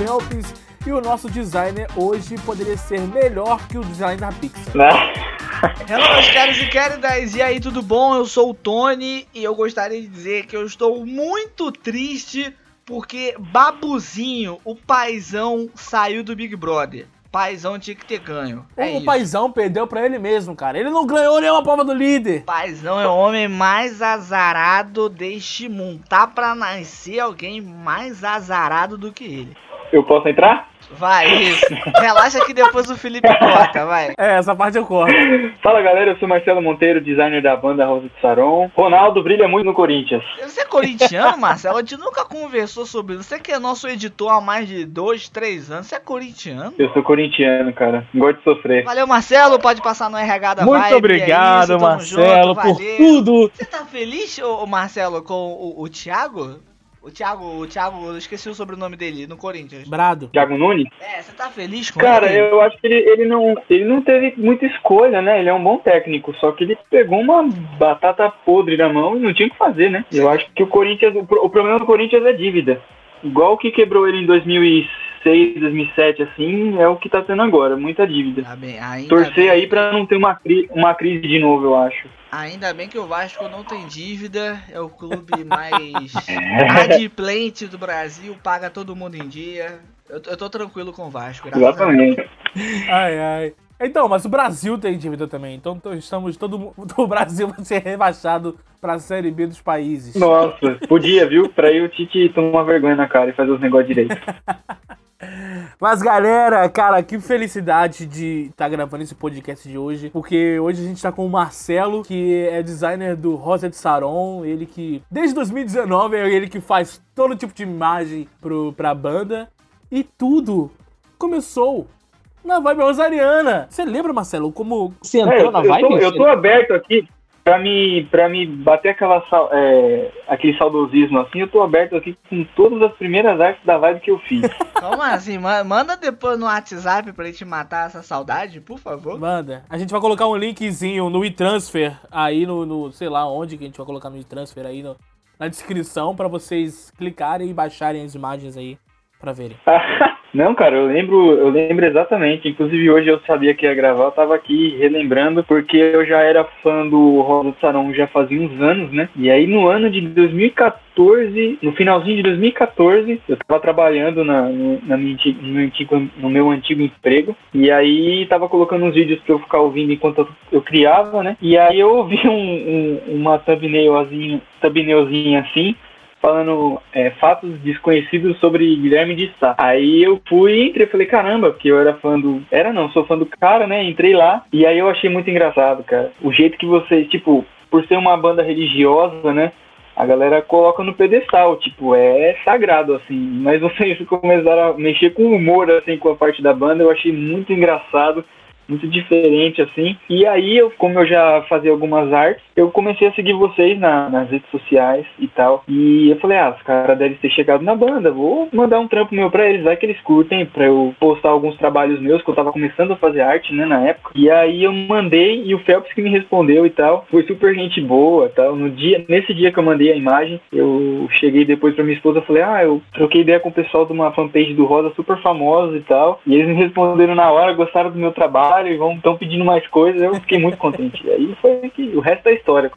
Phelps e o nosso designer hoje poderia ser melhor que o design da Pixar. Hello, meus caros e queridas, e aí, tudo bom? Eu sou o Tony e eu gostaria de dizer que eu estou muito triste porque Babuzinho, o paizão, saiu do Big Brother. Paizão tinha que ter ganho. O paizão perdeu pra ele mesmo, cara. Ele não ganhou nenhuma prova do líder. Paizão é o homem mais azarado deste mundo. Tá pra nascer alguém mais azarado do que ele. Eu posso entrar? Vai, isso. Relaxa que depois o Felipe corta, vai. Essa parte eu corto. Fala, galera, eu sou Marcelo Monteiro, designer da banda Rosa de Saron. Ronaldo brilha muito no Corinthians. Você é corintiano, Marcelo? A gente nunca conversou sobre isso. Você que é nosso editor há mais de 2, 3 anos. Você é corintiano? Eu sou corintiano, cara. Gosto de sofrer. Valeu, Marcelo. Pode passar no RH da Muito Vibe. obrigado, é isso, Marcelo, junto, por valeu. tudo. Você tá feliz, Marcelo, com o Thiago? O Thiago, eu esqueci o sobrenome dele, no Corinthians. Brado. Thiago Nunes? Você tá feliz com Cara, ele? eu acho que ele não teve muita escolha, né? Ele é um bom técnico, só que ele pegou uma batata podre na mão e não tinha o que fazer, né? Eu acho que o Corinthians, o problema do Corinthians é dívida. Igual o que quebrou ele em 2006, 2007, assim, é o que tá tendo agora, muita dívida. Tá bem, Torcer aí pra não ter uma crise de novo, eu acho. Ainda bem que o Vasco não tem dívida, é o clube mais adimplente do Brasil, paga todo mundo em dia. Eu tô tranquilo com o Vasco, graças Exatamente. a Deus. Ai. Então, mas o Brasil tem dívida também. Então estamos o Brasil vai ser rebaixado pra Série B dos países. Nossa, podia, viu? Pra aí o Tite tomar vergonha na cara e fazer os negócios direito. Mas galera, cara, que felicidade de estar gravando esse podcast de hoje, porque hoje a gente tá com o Marcelo, que é designer do Rosa de Saron, ele que desde 2019 é ele que faz todo tipo de imagem pra banda, e tudo começou na Vibe Rosariana. Você lembra, Marcelo, como você entrou na Vibe? Eu tô aberto aqui pra me bater aquele saudosismo assim, eu tô aberto aqui com todas as primeiras artes da Vibe que eu fiz. Como assim? Manda depois no WhatsApp pra gente matar essa saudade, por favor. Manda. A gente vai colocar um linkzinho no e-transfer aí no sei lá onde que a gente vai colocar no e-transfer aí na descrição pra vocês clicarem e baixarem as imagens aí pra verem. Não, cara, eu lembro exatamente. Inclusive hoje eu sabia que ia gravar, eu tava aqui relembrando, porque eu já era fã do Rosa de Saron já fazia uns anos, né? E aí no ano de 2014, no finalzinho de 2014, eu tava trabalhando no meu antigo emprego, e aí tava colocando uns vídeos pra eu ficar ouvindo enquanto eu criava, né? E aí eu ouvi uma thumbnailzinha assim, falando fatos desconhecidos sobre Guilherme de Sá. Aí eu entrei e falei, caramba, porque eu sou fã do cara, né? Entrei lá e aí eu achei muito engraçado, cara. O jeito que vocês, tipo, por ser uma banda religiosa, né? A galera coloca no pedestal, tipo, é sagrado, assim. Mas vocês começaram a mexer com o humor, assim, com a parte da banda, eu achei muito engraçado. Muito diferente, assim. E aí, como eu já fazia algumas artes, eu comecei a seguir vocês nas redes sociais e tal. E eu falei, os caras devem ter chegado na banda, vou mandar um trampo meu pra eles, vai que eles curtem, pra eu postar alguns trabalhos meus, que eu tava começando a fazer arte, né, na época. E aí eu mandei, e o Phelps que me respondeu e tal, foi super gente boa e tal. Nesse dia que eu mandei a imagem, eu cheguei depois pra minha esposa e falei, eu troquei ideia com o pessoal de uma fanpage do Rosa super famosa e tal. E eles me responderam na hora, gostaram do meu trabalho, e estão pedindo mais coisas, eu fiquei muito contente. E aí foi que o resto da história.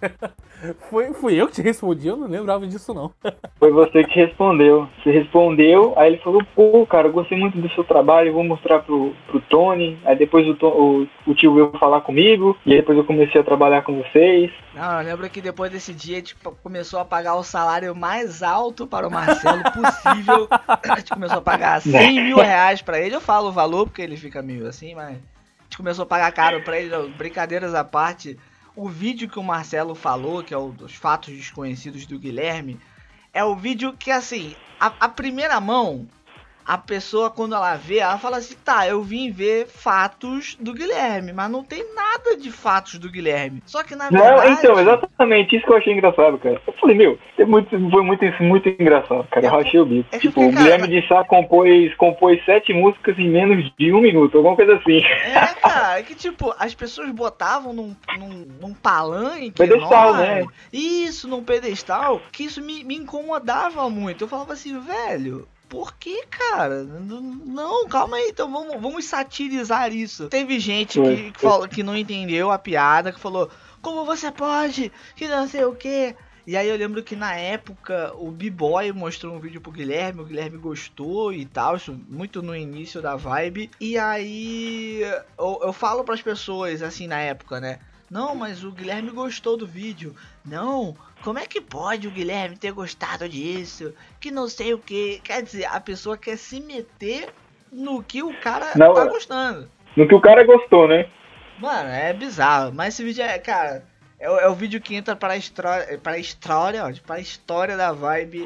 Fui eu que te respondi, eu não lembrava disso não. Foi você que respondeu. Você respondeu, aí ele falou, pô, cara, eu gostei muito do seu trabalho, vou mostrar pro Tony. Aí depois o tio veio falar comigo, e aí depois eu comecei a trabalhar com vocês. Não, eu lembro que depois desse dia a gente começou a pagar o salário mais alto para o Marcelo possível. A gente começou a pagar 100 mil reais pra ele. Eu falo o valor porque ele fica meio assim, mas a gente começou a pagar caro pra ele, brincadeiras à parte. O vídeo que o Marcelo falou, que é o dos fatos desconhecidos do Guilherme, é o vídeo que, assim, a primeira mão, a pessoa, quando ela vê, ela fala assim, tá, eu vim ver fatos do Guilherme, mas não tem nada de fatos do Guilherme. Só que, na verdade... Não, então, exatamente isso que eu achei engraçado, cara. Eu falei, foi muito engraçado, cara. Eu rachei o bico. Tipo, o Guilherme de Sá compôs 7 músicas em menos de 1 minuto, alguma coisa assim. Cara, é que, tipo, as pessoas botavam num palanque pedestal, enorme, né? Isso, num pedestal, que isso me incomodava muito. Eu falava assim, velho... por que, cara? Não, calma aí, então vamos satirizar isso. Teve gente que falou que não entendeu a piada, que falou, como você pode? Que não sei o quê. E aí eu lembro que na época o B-Boy mostrou um vídeo pro Guilherme, o Guilherme gostou e tal, isso muito no início da vibe. E aí eu falo pras pessoas, assim, na época, né? Não, mas o Guilherme gostou do vídeo. Não, como é que pode o Guilherme ter gostado disso? Que não sei o que. Quer dizer, a pessoa quer se meter no que o cara tá gostando. No que o cara gostou, né? Mano, é bizarro. Mas esse vídeo cara... É o vídeo que entra para a história da vibe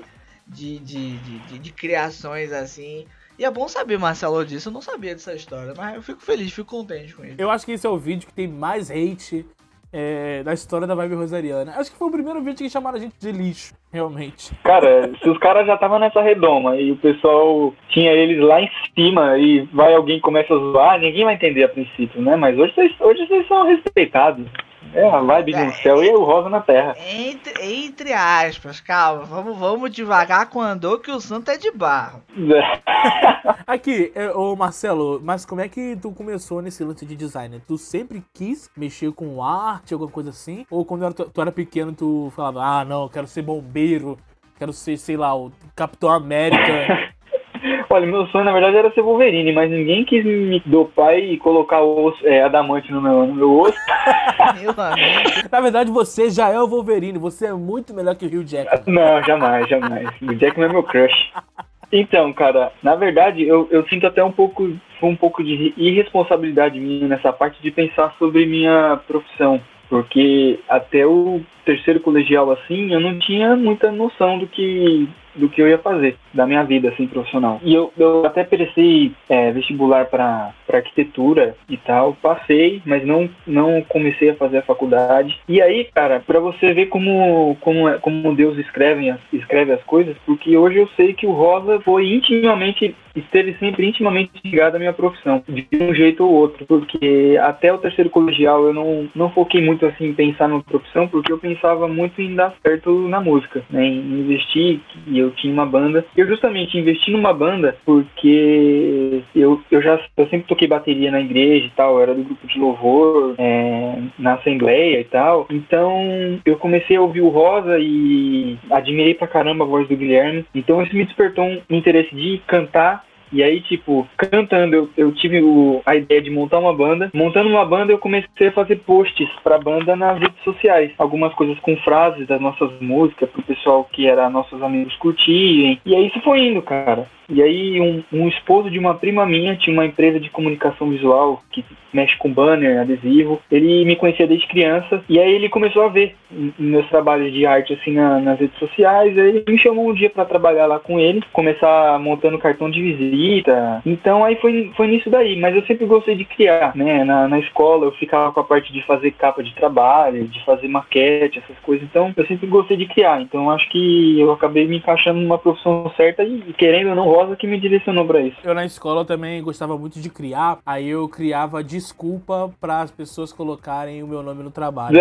de criações assim. E é bom saber, Marcelo, disso. Eu não sabia dessa história, mas eu fico feliz, fico contente com isso. Eu acho que esse é o vídeo que tem mais hate da história da vibe rosariana. Acho que foi o primeiro vídeo que chamaram a gente de lixo, realmente. Cara, se os caras já estavam nessa redoma e o pessoal tinha eles lá em cima e vai alguém começa a zoar, ninguém vai entender a princípio, né? Mas hoje vocês são respeitados. É a vibe no céu e o rosa na terra. Entre aspas, calma, vamos devagar com andor que o santo é de barro. Aqui, ô Marcelo, mas como é que tu começou nesse lance de design? Tu sempre quis mexer com arte, alguma coisa assim? Ou quando tu era pequeno tu falava, não, eu quero ser bombeiro, quero ser, sei lá, o Capitão América... Olha, meu sonho na verdade era ser Wolverine, mas ninguém quis me dopar e colocar o osso, adamante no meu osso. Meu amigo. Na verdade você já é o Wolverine, você é muito melhor que o Hugh Jackman. Não, jamais. O Jackman é meu crush. Então, cara, na verdade eu sinto até um pouco de irresponsabilidade minha nessa parte de pensar sobre minha profissão. Porque até o terceiro colegial, assim, eu não tinha muita noção do que eu ia fazer, da minha vida, assim, profissional. E eu até prestei vestibular para arquitetura e tal, passei, mas não comecei a fazer a faculdade. E aí, cara, pra você ver como Deus escreve as coisas, porque hoje eu sei que o Rosa esteve sempre intimamente ligado à minha profissão, de um jeito ou outro, porque até o terceiro colegial eu não foquei muito assim em pensar numa profissão, porque eu pensava muito em dar certo na música, né, em investir, e eu tinha uma banda. Eu justamente investi numa banda porque eu sempre toquei bateria na igreja e tal, eu era do grupo de louvor, na assembleia e tal, então eu comecei a ouvir o Rosa e admirei pra caramba a voz do Guilherme, então isso me despertou um interesse de cantar. E aí, tipo, cantando, eu tive a ideia de montar uma banda. Montando uma banda, eu comecei a fazer posts pra banda nas redes sociais. Algumas coisas com frases das nossas músicas, pro pessoal que era nossos amigos curtirem. E aí isso foi indo, cara. E aí um esposo de uma prima minha tinha uma empresa de comunicação visual que mexe com banner, adesivo. Ele me conhecia desde criança e aí ele começou a ver meus trabalhos de arte assim nas redes sociais. Aí ele me chamou um dia para trabalhar lá com ele, começar montando cartão de visita. Então aí foi nisso daí, mas eu sempre gostei de criar, né? Na escola eu ficava com a parte de fazer capa de trabalho, de fazer maquete, essas coisas. Então eu sempre gostei de criar. Então acho que eu acabei me encaixando numa profissão certa e querendo ou não, Rosa que me direcionou pra isso. Eu na escola também gostava muito de criar, aí eu criava desculpa para as pessoas colocarem o meu nome no trabalho.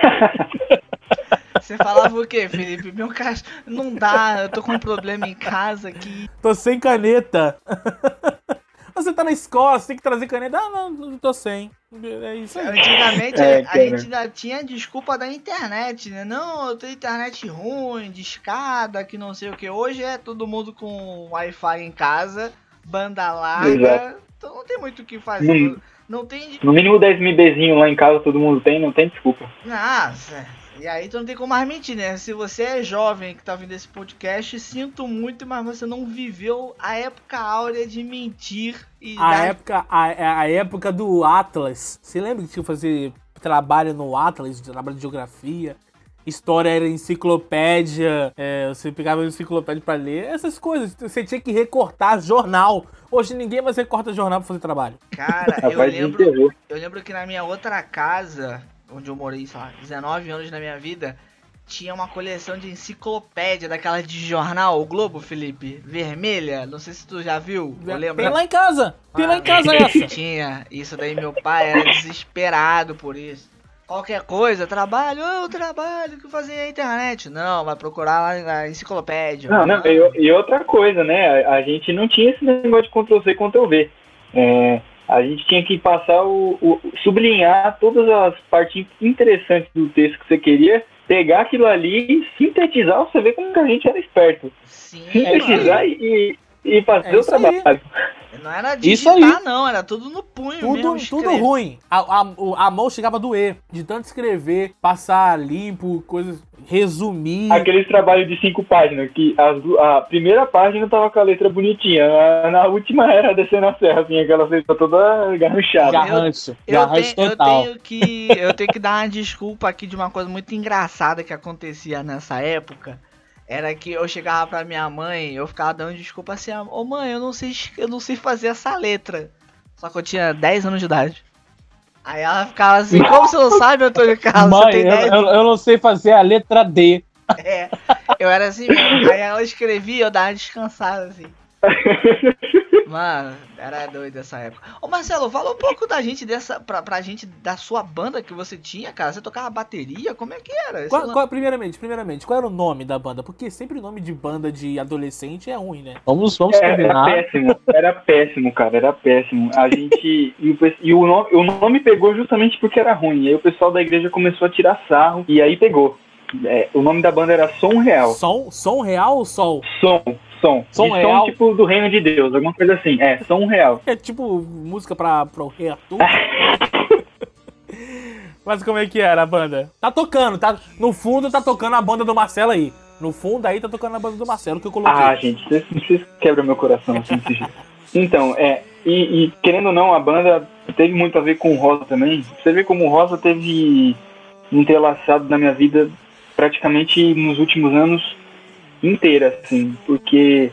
Você falava o quê, Felipe? Meu cara, não dá, eu tô com um problema em casa aqui. Tô sem caneta. Você tá na escola, você tem que trazer caneta. Não tô sem. É isso aí. Antigamente a gente ainda tinha desculpa da internet, né? Não, eu tenho internet ruim, de escada, que não sei o que. Hoje é todo mundo com Wi-Fi em casa, banda larga. Exato. Então não tem muito o que fazer. Não tem... No mínimo 10 MBzinho lá em casa todo mundo tem, não tem desculpa. Nossa, e aí tu não tem como mais mentir, né? Se você é jovem que tá ouvindo esse podcast, sinto muito, mas você não viveu a época áurea de mentir. E a época do Atlas. Você lembra que tinha que fazer trabalho no Atlas, trabalho de geografia? História era enciclopédia, você pegava a enciclopédia pra ler, essas coisas. Você tinha que recortar jornal. Hoje ninguém mais recorta jornal pra fazer trabalho. Cara, eu lembro que na minha outra casa, onde eu morei, sei lá, 19 anos na minha vida, tinha uma coleção de enciclopédia daquela de jornal, o Globo, Felipe, vermelha. Não sei se tu já viu. Tem lá em casa. Tem lá em casa essa. Tinha. Isso daí, meu pai era desesperado por isso. qualquer coisa, eu trabalho, o que fazer na internet? Não, vai procurar lá na enciclopédia. Não, e outra coisa, né? A gente não tinha esse negócio de Ctrl-C, Ctrl-V. A gente tinha que passar sublinhar todas as partes interessantes do texto que você queria, pegar aquilo ali e sintetizar, você vê como que a gente era esperto. Sim, sintetizar e fazer o trabalho. Aí. Não era digitar, não, era tudo no punho mesmo. Tudo ruim. A mão chegava a doer, de tanto escrever, passar limpo, coisas, resumir. Aqueles trabalhos de 5 páginas, que a primeira página tava com a letra bonitinha, na última era descendo a serra, assim, aquela letra toda garranchada. Garrancho total. Eu tenho que dar uma desculpa aqui de uma coisa muito engraçada que acontecia nessa época. Era que eu chegava pra minha mãe, eu ficava dando desculpa assim, ô mãe, eu não sei fazer essa letra. Só que eu tinha 10 anos de idade. Aí ela ficava assim, como você não sabe, Antônio Carlos? Mãe, você tem 10 eu não sei fazer a letra D. Eu era assim mesmo. Aí ela escrevia, eu dava uma descansada assim. Mano, era doido essa época. Ô Marcelo, fala um pouco da gente pra gente da sua banda que você tinha, cara. Você tocava bateria? Como é que era? Primeiramente, qual era o nome da banda? Porque sempre o nome de banda de adolescente é ruim, né? Vamos combinar. Era péssimo, cara, era péssimo. A gente. O nome pegou justamente porque era ruim. Aí o pessoal da igreja começou a tirar sarro e aí pegou. O nome da banda era Som Real. Som Real ou Sol? Som Real. Som tipo do Reino de Deus, alguma coisa assim. Som Real. É tipo música pro Rei Arthur. Mas como é que era a banda? Tá tocando, tá? No fundo tá tocando a banda do Marcelo aí. No fundo aí tá tocando a banda do Marcelo que eu coloquei. Gente, vocês quebram meu coração assim desse jeito. Então, e querendo ou não, a banda teve muito a ver com o Rosa também. Você vê como o Rosa teve entrelaçado na minha vida praticamente nos últimos anos inteira, assim, porque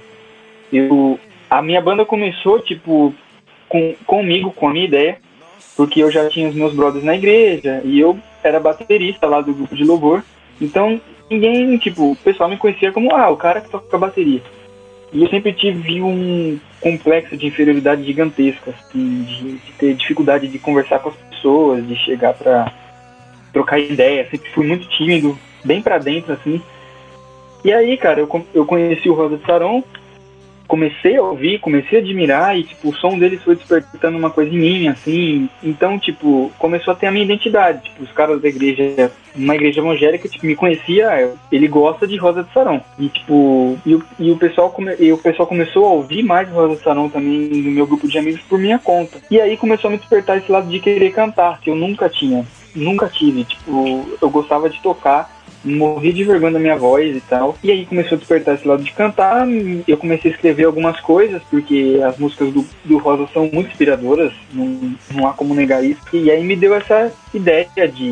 a minha banda começou, tipo, comigo, com a minha ideia, porque eu já tinha os meus brothers na igreja, e eu era baterista lá do grupo de louvor, então ninguém, tipo, o pessoal me conhecia como, o cara que toca bateria. E eu sempre tive um complexo de inferioridade gigantesca, assim, de ter dificuldade de conversar com as pessoas, de chegar pra trocar ideia, sempre fui muito tímido, bem pra dentro, assim. E aí, cara, eu conheci o Rosa de Saron, comecei a ouvir, comecei a admirar e, tipo, o som deles foi despertando uma coisa em mim, assim. Então, tipo, começou a ter a minha identidade. Tipo, os caras da igreja, uma igreja evangélica, tipo, me conhecia, ele gosta de Rosa de Saron. E, tipo, o pessoal começou a ouvir mais Rosa de Saron também no meu grupo de amigos por minha conta. E aí começou a me despertar esse lado de querer cantar, que eu nunca tive. Tipo, eu gostava de tocar, morri de vergonha da minha voz e tal. E aí começou a despertar esse lado de cantar. Eu comecei a escrever algumas coisas, porque as músicas do Rosa são muito inspiradoras, não há como negar isso. E aí me deu essa ideia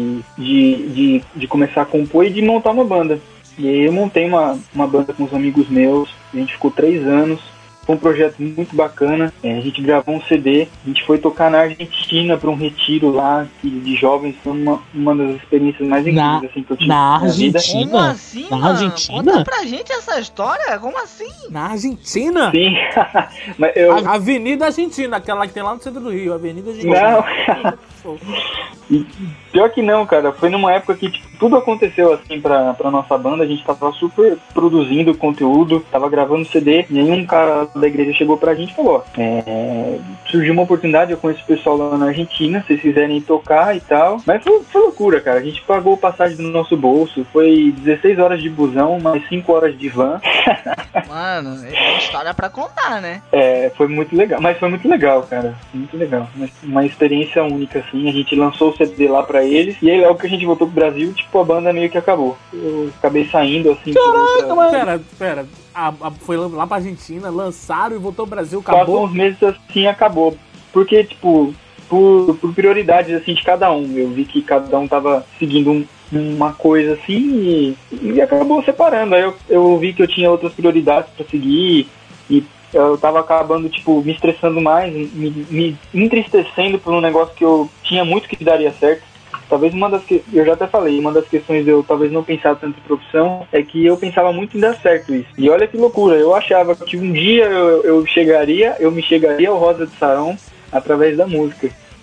de começar a compor e de montar uma banda. E aí eu montei uma banda com uns amigos meus, a gente ficou 3 anos. Foi um projeto muito bacana. A gente gravou um CD, a gente foi tocar na Argentina para um retiro lá de jovens. Foi uma das experiências mais incríveis assim, que eu tive na vida. Argentina? Como assim, na mano? Argentina? Conta pra gente essa história, como assim? Na Argentina? Sim. Mas A Avenida Argentina, aquela que tem lá no centro do Rio, Avenida Argentina. Não. Pior que não, cara. Foi numa época que tipo, tudo aconteceu assim pra nossa banda. A gente tava super produzindo conteúdo, tava gravando CD. E aí um cara da igreja chegou pra gente e falou: surgiu uma oportunidade, eu conheço o pessoal lá na Argentina, se vocês quiserem tocar e tal. Mas foi loucura, cara. A gente pagou passagem do nosso bolso. Foi 16 horas de busão, mais 5 horas de van. Mano, é história pra contar, né? Foi muito legal. Mas foi muito legal, cara. Muito legal. Uma experiência única, assim. A gente lançou o CD lá pra eles. E aí, logo que a gente voltou pro Brasil, tipo, a banda meio que acabou. Eu acabei saindo, assim. Caraca, mano. Pera. Foi lá pra Argentina, lançaram e voltou pro Brasil, acabou? Passou uns meses assim, acabou. Porque, tipo, por prioridades, assim, de cada um. Eu vi que cada um tava seguindo uma coisa assim e acabou separando. Aí eu vi que eu tinha outras prioridades pra seguir e eu tava acabando, tipo, me estressando mais, me entristecendo por um negócio que eu tinha muito que daria certo. Talvez eu já até falei, uma das questões de eu talvez não pensar tanto em profissão é que eu pensava muito em dar certo isso. E olha que loucura, eu achava que um dia eu me chegaria ao Rosa de Saron através da música.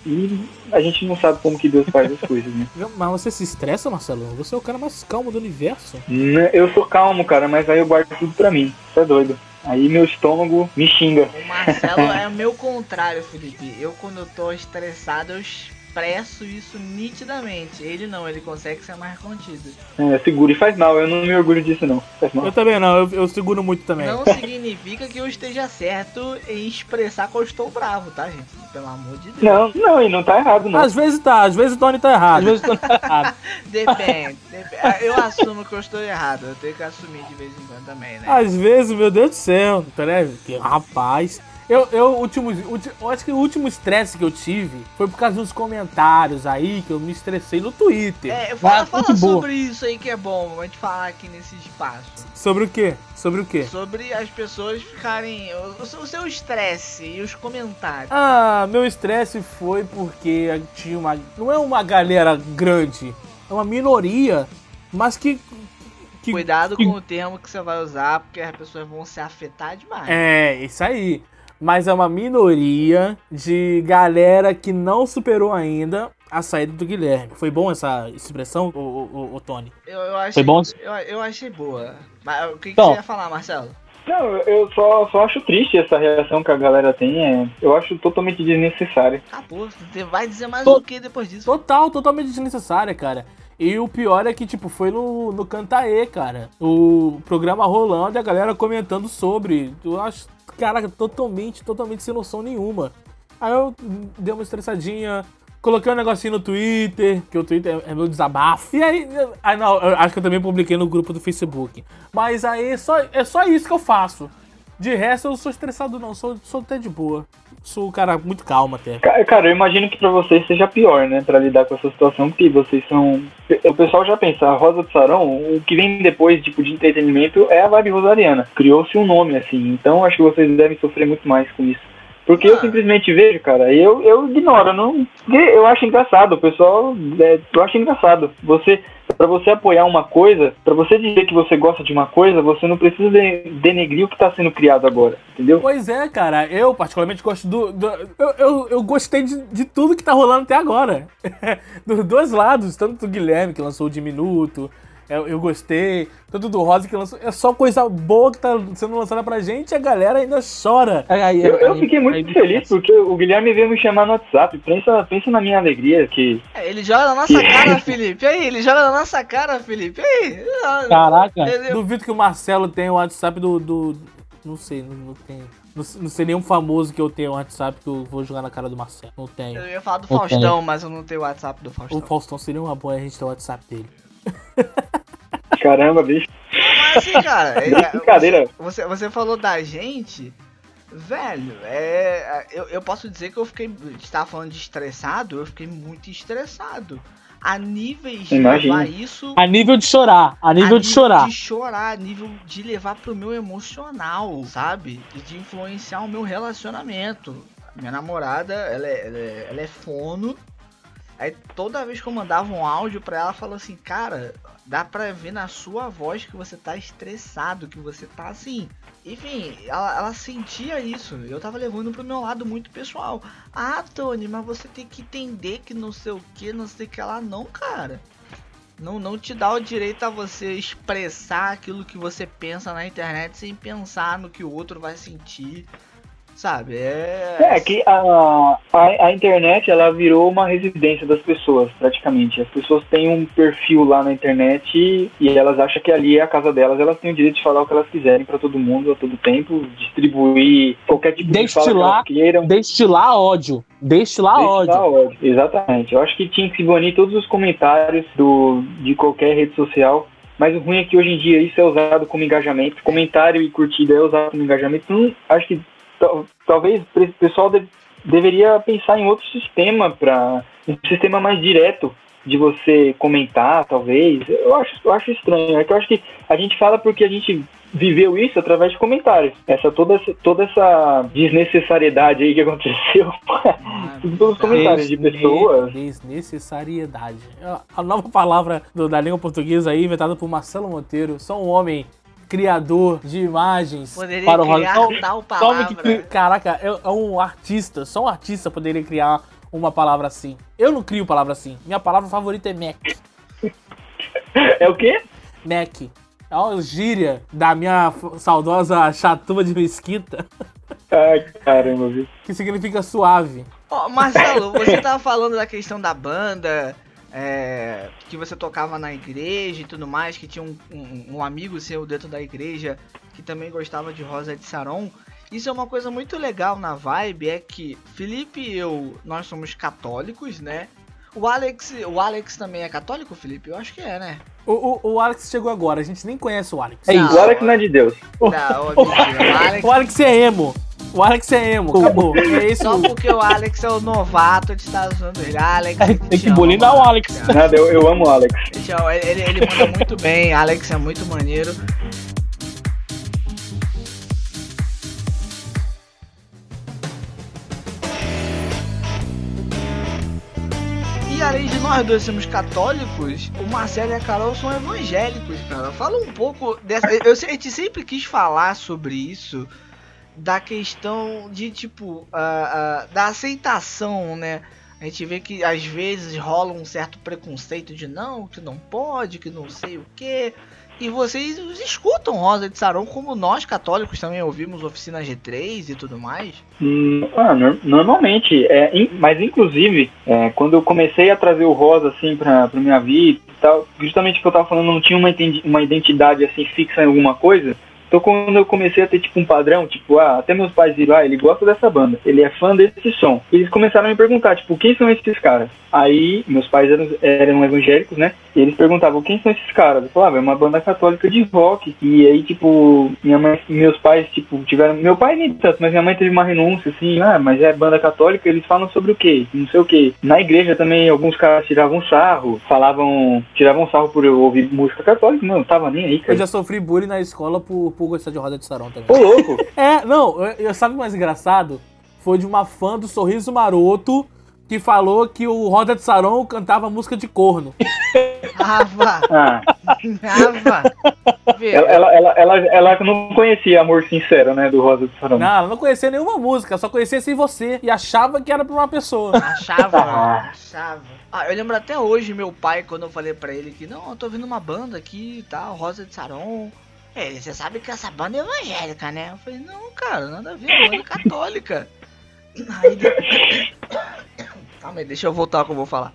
E a gente não sabe como que Deus faz as coisas, né? Mas você se estressa, Marcelo? Você é o cara mais calmo do universo. Eu sou calmo, cara, mas aí eu guardo tudo pra mim. Você é doido. Aí meu estômago me xinga. O Marcelo é o meu contrário, Felipe. Eu, quando eu tô estressado, eu expresso isso nitidamente. Ele não, ele consegue ser mais contido. Seguro e faz mal, eu não me orgulho disso não. Faz mal. Eu também não, eu seguro muito também. Não significa que eu esteja certo em expressar que eu estou bravo, tá, gente? Pelo amor de Deus. Não, e não tá errado, não. Às vezes tá, às vezes o Tony tá errado. Às vezes o Tony tá errado. Depende. Eu assumo que eu estou errado. Eu tenho que assumir de vez em quando também, né? Às vezes, meu Deus do céu, né? Rapaz. Eu acho que o último estresse que eu tive foi por causa dos comentários aí, que eu me estressei no Twitter. Fala sobre isso aí que é bom, a gente falar aqui nesse espaço. Sobre o quê? Sobre o quê? Sobre as pessoas ficarem... O seu estresse e os comentários. Meu estresse foi porque tinha uma... Não é uma galera grande, é uma minoria, mas que Cuidado com o termo que você vai usar, porque as pessoas vão se afetar demais. Isso aí. Mas é uma minoria de galera que não superou ainda a saída do Guilherme. Foi bom essa expressão, o Tony? Eu achei, foi bom? Eu achei boa. Mas o que então, você ia falar, Marcelo? Não, eu só acho triste essa reação que a galera tem. Eu acho totalmente desnecessária. Acabou. Você vai dizer mais o que depois disso? Totalmente desnecessária, cara. E o pior é que, tipo, foi no Cantaê, cara. O programa rolando e a galera comentando sobre. Eu acho, caraca, totalmente sem noção nenhuma. Aí eu dei uma estressadinha, coloquei um negocinho no Twitter, que o Twitter é meu desabafo. E aí, não, eu acho que eu também publiquei no grupo do Facebook. Mas aí é só isso que eu faço. De resto, eu não sou estressado não, sou até de boa. Sou um cara muito calmo até. Cara, eu imagino que pra vocês seja pior, né? Pra lidar com essa situação, porque vocês são... O pessoal já pensa, a Rosa do Sarão, o que vem depois, tipo, de entretenimento é a vibe rosariana. Criou-se um nome, assim. Então, acho que vocês devem sofrer muito mais com isso. Porque eu simplesmente vejo, cara, e eu ignoro, não... Eu acho engraçado, o pessoal... eu acho engraçado. Pra você apoiar uma coisa, pra você dizer que você gosta de uma coisa, você não precisa denegrir o que tá sendo criado agora, entendeu? Pois é, cara, eu particularmente gosto eu gostei de tudo que tá rolando até agora. Dos dois lados, tanto do Guilherme, que lançou o Diminuto, eu gostei, tanto do Rosa, que lançou... É só coisa boa que tá sendo lançada pra gente e a galera ainda chora. Eu fiquei muito feliz, porque o Guilherme veio me chamar no WhatsApp. Pensa na minha alegria, que... Ele joga na nossa cara, Felipe. Aí, ele joga na nossa cara, Felipe. Aí. Caraca. Duvido que o Marcelo tenha o WhatsApp do... Não sei, não tem... Não sei nenhum famoso que eu tenha o WhatsApp que eu vou jogar na cara do Marcelo. Não tenho. Eu ia falar do Faustão, mas eu não tenho o WhatsApp do Faustão. O Faustão seria uma boa a gente ter o WhatsApp dele. Caramba, bicho. Mas assim, cara, brincadeira. Você falou da gente, velho, eu posso dizer que eu fiquei, você tava falando de estressado, eu fiquei muito estressado. A níveis de levar isso... A nível de chorar, a nível de chorar, a nível de levar pro meu emocional, sabe? E de influenciar o meu relacionamento. Minha namorada, ela é fono. Aí toda vez que eu mandava um áudio pra ela, falou assim, cara, dá pra ver na sua voz que você tá estressado, que você tá assim. Enfim, ela sentia isso. Eu tava levando pro meu lado muito pessoal. Ah, Tony, mas você tem que entender que não sei o que, não sei o que lá. Não, cara. Não te dá o direito a você expressar aquilo que você pensa na internet sem pensar no que o outro vai sentir. Sabe, que a internet, ela virou uma residência das pessoas, praticamente. As pessoas têm um perfil lá na internet e elas acham que ali é a casa delas. Elas têm o direito de falar o que elas quiserem pra todo mundo, a todo tempo, distribuir qualquer tipo de fala que elas queiram. Destilar ódio. Exatamente. Eu acho que tinha que se banir todos os comentários de qualquer rede social. Mas o ruim é que hoje em dia isso é usado como engajamento. Comentário e curtida é usado como engajamento. Então, acho que talvez o pessoal deveria pensar em outro sistema, um sistema mais direto de você comentar, talvez. Eu acho estranho. É que eu acho que a gente fala porque a gente viveu isso através de comentários. Toda essa desnecessariedade aí que aconteceu pelos comentários de pessoas. Desnecessariedade. A nova palavra da língua portuguesa aí, inventada por Marcelo Monteiro. Só um homem criador de imagens. Poderia para criar tal palavra. Caraca, é um artista. Só um artista poderia criar uma palavra assim. Eu não crio palavra assim. Minha palavra favorita é Mac. É o quê? Mac. É uma gíria da minha saudosa chatuba de mesquita. Ai, caramba, viu? Que significa suave. Ó, Marcelo, você tava falando da questão da banda, que você tocava na igreja e tudo mais, que tinha um amigo seu dentro da igreja que também gostava de Rosa de Saron. Isso é uma coisa muito legal na Vibe, é que Felipe e eu, nós somos católicos, né? O Alex também é católico, Felipe? Eu acho que é, né? O Alex chegou agora, a gente nem conhece o Alex. É, o Alex não é de Deus. Não, mentira, O Alex é emo. O Alex é emo, acabou. É isso. Só porque o Alex é o novato, a gente tá usando ele. Alex, Tem que bulinar o Alex. Nada, eu amo o Alex. Ele manda muito bem, Alex é muito maneiro. E além de nós dois sermos católicos, o Marcelo e a Carol são evangélicos, cara. Fala um pouco dessa... A gente sempre quis falar sobre isso, da questão de, tipo, da aceitação, né? A gente vê que às vezes rola um certo preconceito de não, que não pode, que não sei o quê. E vocês escutam Rosa de Saron, como nós católicos também ouvimos Oficina G3 e tudo mais? Normalmente, mas inclusive, quando eu comecei a trazer o Rosa assim pra minha vida e tal, justamente o que eu tava falando, não tinha uma identidade assim fixa em alguma coisa. Então quando eu comecei a ter tipo um padrão, tipo, até meus pais viram, ele gosta dessa banda, ele é fã desse som. Eles começaram a me perguntar, tipo, quem são esses caras? Aí, meus pais eram evangélicos, né? E eles perguntavam, quem são esses caras? Eu falava, é uma banda católica de rock. E aí, tipo, meus pais, tipo, tiveram... Meu pai nem tanto, mas minha mãe teve uma renúncia, assim, mas é banda católica, eles falam sobre o quê? Não sei o quê. Na igreja também, alguns caras tiravam sarro, tiravam sarro por eu ouvir música católica, não tava nem aí, cara. Eu já sofri bullying na escola por gostar de Rosa de Saron também. Ô, louco! Sabe o mais engraçado? Foi de uma fã do Sorriso Maroto que falou que o Rosa de Saron cantava música de corno. Ela não conhecia Amor Sincero, né, do Rosa de Saron. Não, ela não conhecia nenhuma música, só conhecia Sem Você. E achava que era pra uma pessoa. Achava. Eu lembro até hoje, meu pai, quando eu falei pra ele que, não, eu tô ouvindo uma banda aqui e tal, Rosa de Saron. Você sabe que essa banda é evangélica, né? Eu falei, não, cara, nada a ver, é banda católica. Aí... Calma aí, deixa eu voltar ao que eu vou falar.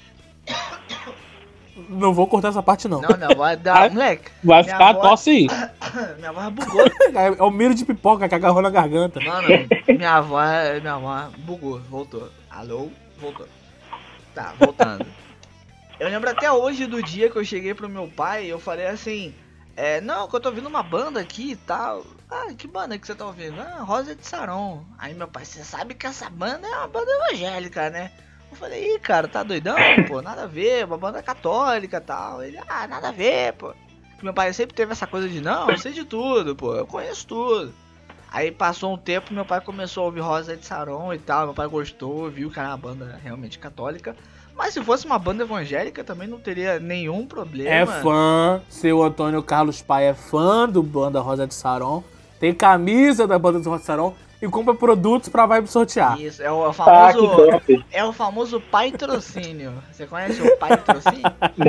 Não vou cortar essa parte, não. Não, vai dar, moleque. Vai ficar a tosse aí. Minha voz bugou. É o milho de pipoca que agarrou na garganta. Mano, minha voz bugou, voltou. Alô? Voltou. Tá, voltando. Eu lembro até hoje do dia que eu cheguei pro meu pai e eu falei assim... não, que eu tô ouvindo uma banda aqui e tal. Que banda que você tá ouvindo? Rosa de Saron. Aí meu pai, você sabe que essa banda é uma banda evangélica, né? Eu falei, cara, tá doidão? Pô, nada a ver, uma banda católica e tal. Ele, nada a ver, pô. Porque meu pai sempre teve essa coisa de, não, eu sei de tudo, pô, eu conheço tudo. Aí passou um tempo, meu pai começou a ouvir Rosa de Saron e tal. Meu pai gostou, viu que era uma banda realmente católica. Mas se fosse uma banda evangélica também não teria nenhum problema. É fã, seu Antônio Carlos Pai é fã do banda Rosa de Saron, tem camisa da banda Rosa de Saron e compra produtos pra Vibe sortear. Isso, é o famoso, é o famoso patrocínio. Você conhece o patrocínio?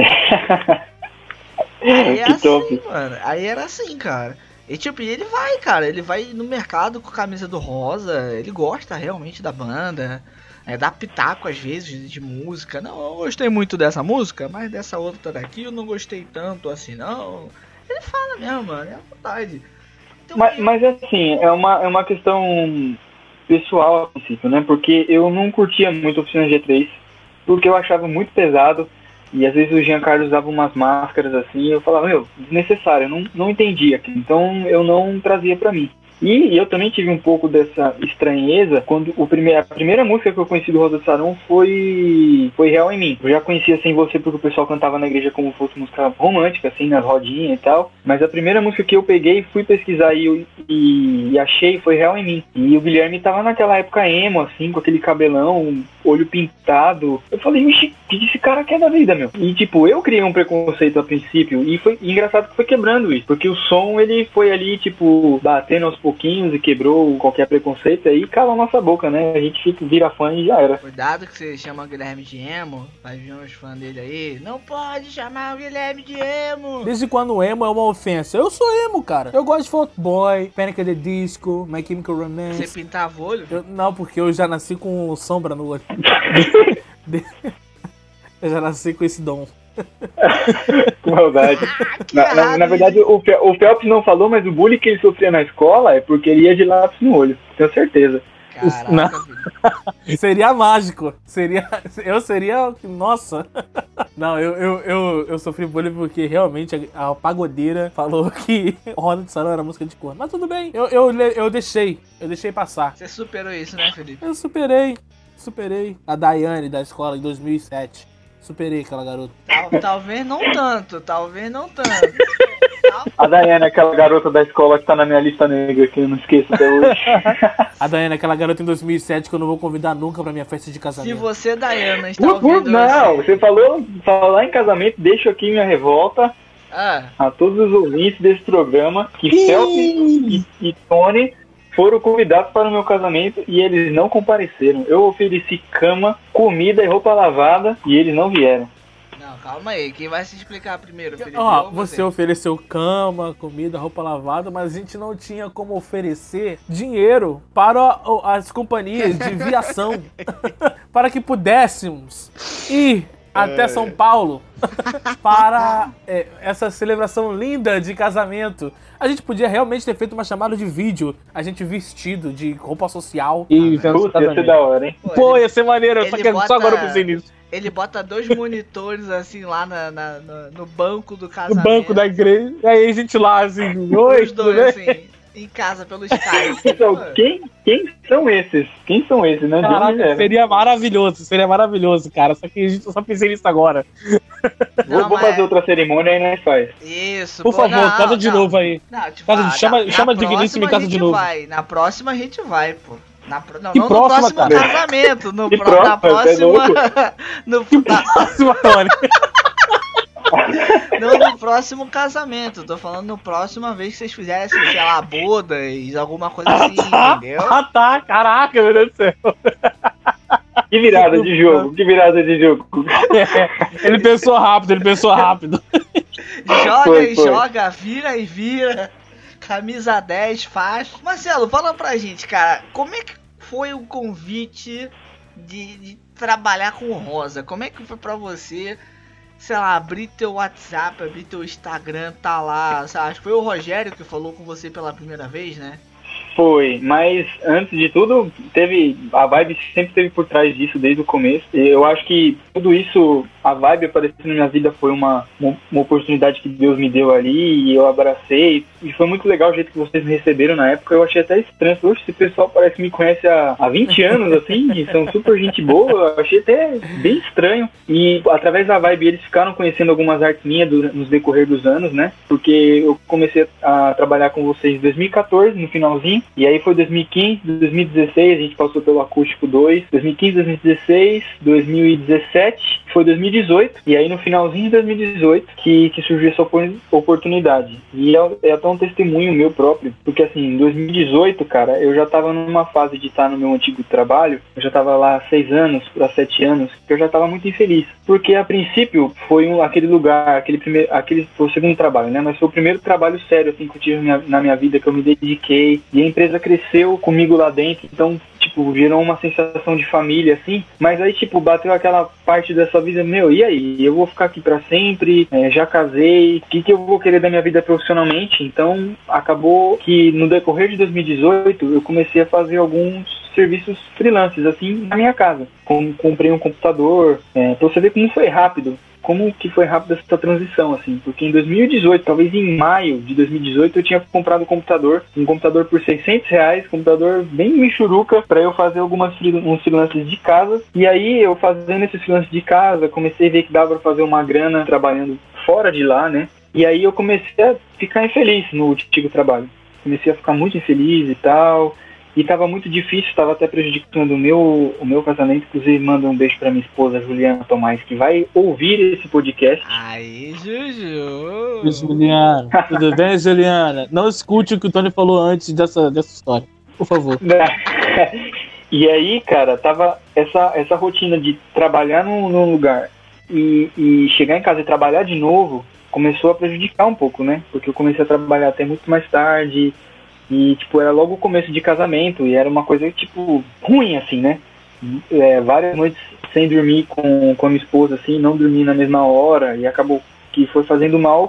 Aí é assim, mano. Aí era assim, cara. E tipo, ele vai, cara, ele vai no mercado com a camisa do Rosa, ele gosta realmente da banda. Dá pitaco às vezes de música. Não, eu gostei muito dessa música, mas dessa outra daqui eu não gostei tanto assim, não. Ele fala mesmo, mano, é a vontade. Então, mas assim, é uma questão pessoal a princípio, né? Porque eu não curtia muito a Oficina G3, porque eu achava muito pesado. E às vezes o Giancarlo usava umas máscaras assim, e eu falava, desnecessário, eu não entendia aquilo. Então eu não trazia pra mim. E eu também tive um pouco dessa estranheza quando a primeira música que eu conheci do Rosa de Saron foi Real em Mim. Eu já conhecia Sem Você porque o pessoal cantava na igreja como se fosse música romântica, assim, nas rodinhas e tal. Mas a primeira música que eu peguei, fui pesquisar e achei foi Real em Mim. E o Guilherme tava naquela época emo, assim, com aquele cabelão, olho pintado. Eu falei, o que esse cara quer da vida, meu? E tipo, eu criei um preconceito a princípio e foi engraçado que foi quebrando isso. Porque o som, ele foi ali, tipo, batendo aos pouquinhos pouquinhos e quebrou qualquer preconceito, aí cala a nossa boca, né? A gente vira fã e já era. Cuidado que você chama o Guilherme de emo, vai vir uns fãs dele aí. Não pode chamar o Guilherme de emo. Desde quando emo é uma ofensa? Eu sou emo, cara. Eu gosto de Fall Out Boy, Panic! At the Disco, My Chemical Romance. Você pintava o olho? Não, porque eu já nasci com sombra no olho. Eu já nasci com esse dom. Com maldade. Na verdade, o Phelps não falou, mas o bullying que ele sofria na escola é porque ele ia de lápis no olho, tenho certeza. Caraca, Seria mágico. Eu seria. Nossa. Não, eu sofri bullying porque realmente a pagodeira falou que Roda de Sarão era música de cor. Mas tudo bem. Eu deixei passar. Você superou isso, né, Felipe? Eu superei a Daiane da escola em 2007. Superei aquela garota. Talvez não tanto. A Daiane, aquela garota da escola que tá na minha lista negra, que eu não esqueço até hoje. A Daiane, aquela garota em 2007 que eu não vou convidar nunca pra minha festa de casamento. Se você, Daiana, está ouvindo Não, você falou falar em casamento, deixo aqui minha revolta a todos os ouvintes desse programa, que Phelps e Tony foram convidados para o meu casamento e eles não compareceram. Eu ofereci cama, comida e roupa lavada e eles não vieram. Não, calma aí. Quem vai se explicar primeiro, Felipe? Você ofereceu cama, comida, roupa lavada, mas a gente não tinha como oferecer dinheiro para as companhias de viação para que pudéssemos ir até São Paulo para essa celebração linda de casamento. A gente podia realmente ter feito uma chamada de vídeo, a gente vestido de roupa social. E vendo ia ser da hora, hein? Pô, ia ser maneiro, só agora eu pensei nisso. Ele bota 2 monitores assim lá no banco do casamento. No banco da igreja, e aí a gente lá assim, oi, os dois assim, em casa pelo Skype. Então, quem são esses? Quem são esses? Não, caraca, seria maravilhoso, cara. Só que a gente só pensei nisso agora. Vou fazer outra cerimônia e nós faz. Isso, por favor, casa de novo aí. Não, tipo, chama Digníssimo em casa de novo. Na próxima a gente vai, pô. Não próxima, no próximo cara? Casamento. Na próxima. próxima, Tony. Não no próximo casamento, tô falando no próxima vez que vocês fizessem, sei lá, bodas, alguma coisa assim, entendeu? Tá, caraca, meu Deus do céu. Que virada de jogo. Ele pensou rápido. Joga, vira e vira. Camisa 10, faz. Marcelo, fala pra gente, cara, como é que foi o convite de trabalhar com o Rosa? Como é que foi pra você, sei lá, abrir teu WhatsApp, abrir teu Instagram, tá lá, sabe? Acho que foi o Rogério que falou com você pela primeira vez, né? Foi, mas antes de tudo, a Vibe sempre esteve por trás disso desde o começo. Eu acho que tudo isso, a Vibe aparecendo na minha vida foi uma oportunidade que Deus me deu ali e eu abracei. E foi muito legal o jeito que vocês me receberam na época. Eu achei até estranho. Poxa, esse pessoal parece que me conhece há 20 anos, assim, e são super gente boa. Eu achei até bem estranho. E através da Vibe eles ficaram conhecendo algumas artes minhas nos decorrer dos anos, né? Porque eu comecei a trabalhar com vocês em 2014, no finalzinho. E aí foi 2015, 2016, a gente passou pelo Acústico 2, 2015, 2016, 2017, foi 2018, e aí no finalzinho de 2018 que surgiu essa oportunidade. E é até um testemunho meu próprio, porque assim, em 2018, cara, eu já tava numa fase de estar no meu antigo trabalho, eu já tava lá há 6 anos para 7 anos, que eu já tava muito infeliz. Porque a princípio foi aquele lugar, aquele foi o segundo trabalho, né? Mas foi o primeiro trabalho sério assim, que eu tive na minha vida, que eu me dediquei, e a empresa cresceu comigo lá dentro, então, tipo, gerou uma sensação de família, assim, mas aí, tipo, bateu aquela parte dessa vida, e aí? Eu vou ficar aqui pra sempre, já casei, o que eu vou querer da minha vida profissionalmente? Então, acabou que no decorrer de 2018, eu comecei a fazer alguns serviços freelances, assim, na minha casa. Comprei um computador, pra você ver como foi rápido. Como que foi rápida essa transição, assim, porque em 2018, talvez em maio de 2018, eu tinha comprado um computador por R$600, computador bem michuruca, para eu fazer uns freelances de casa, e aí eu fazendo esses freelances de casa, comecei a ver que dava para fazer uma grana trabalhando fora de lá, né, e aí eu comecei a ficar infeliz no antigo trabalho, comecei a ficar muito infeliz e tal, e tava muito difícil, tava até prejudicando o meu casamento. Inclusive, manda um beijo pra minha esposa, Juliana Tomás, que vai ouvir esse podcast. Aí, Juju. Juliana, tudo bem, Juliana? Não escute o que o Tony falou antes dessa história, por favor. E aí, cara, tava essa rotina de trabalhar num lugar e chegar em casa e trabalhar de novo, começou a prejudicar um pouco, né? Porque eu comecei a trabalhar até muito mais tarde e, tipo, era logo o começo de casamento e era uma coisa, tipo, ruim, assim, né? Várias noites sem dormir com a minha esposa, assim, não dormir na mesma hora e acabou que foi fazendo mal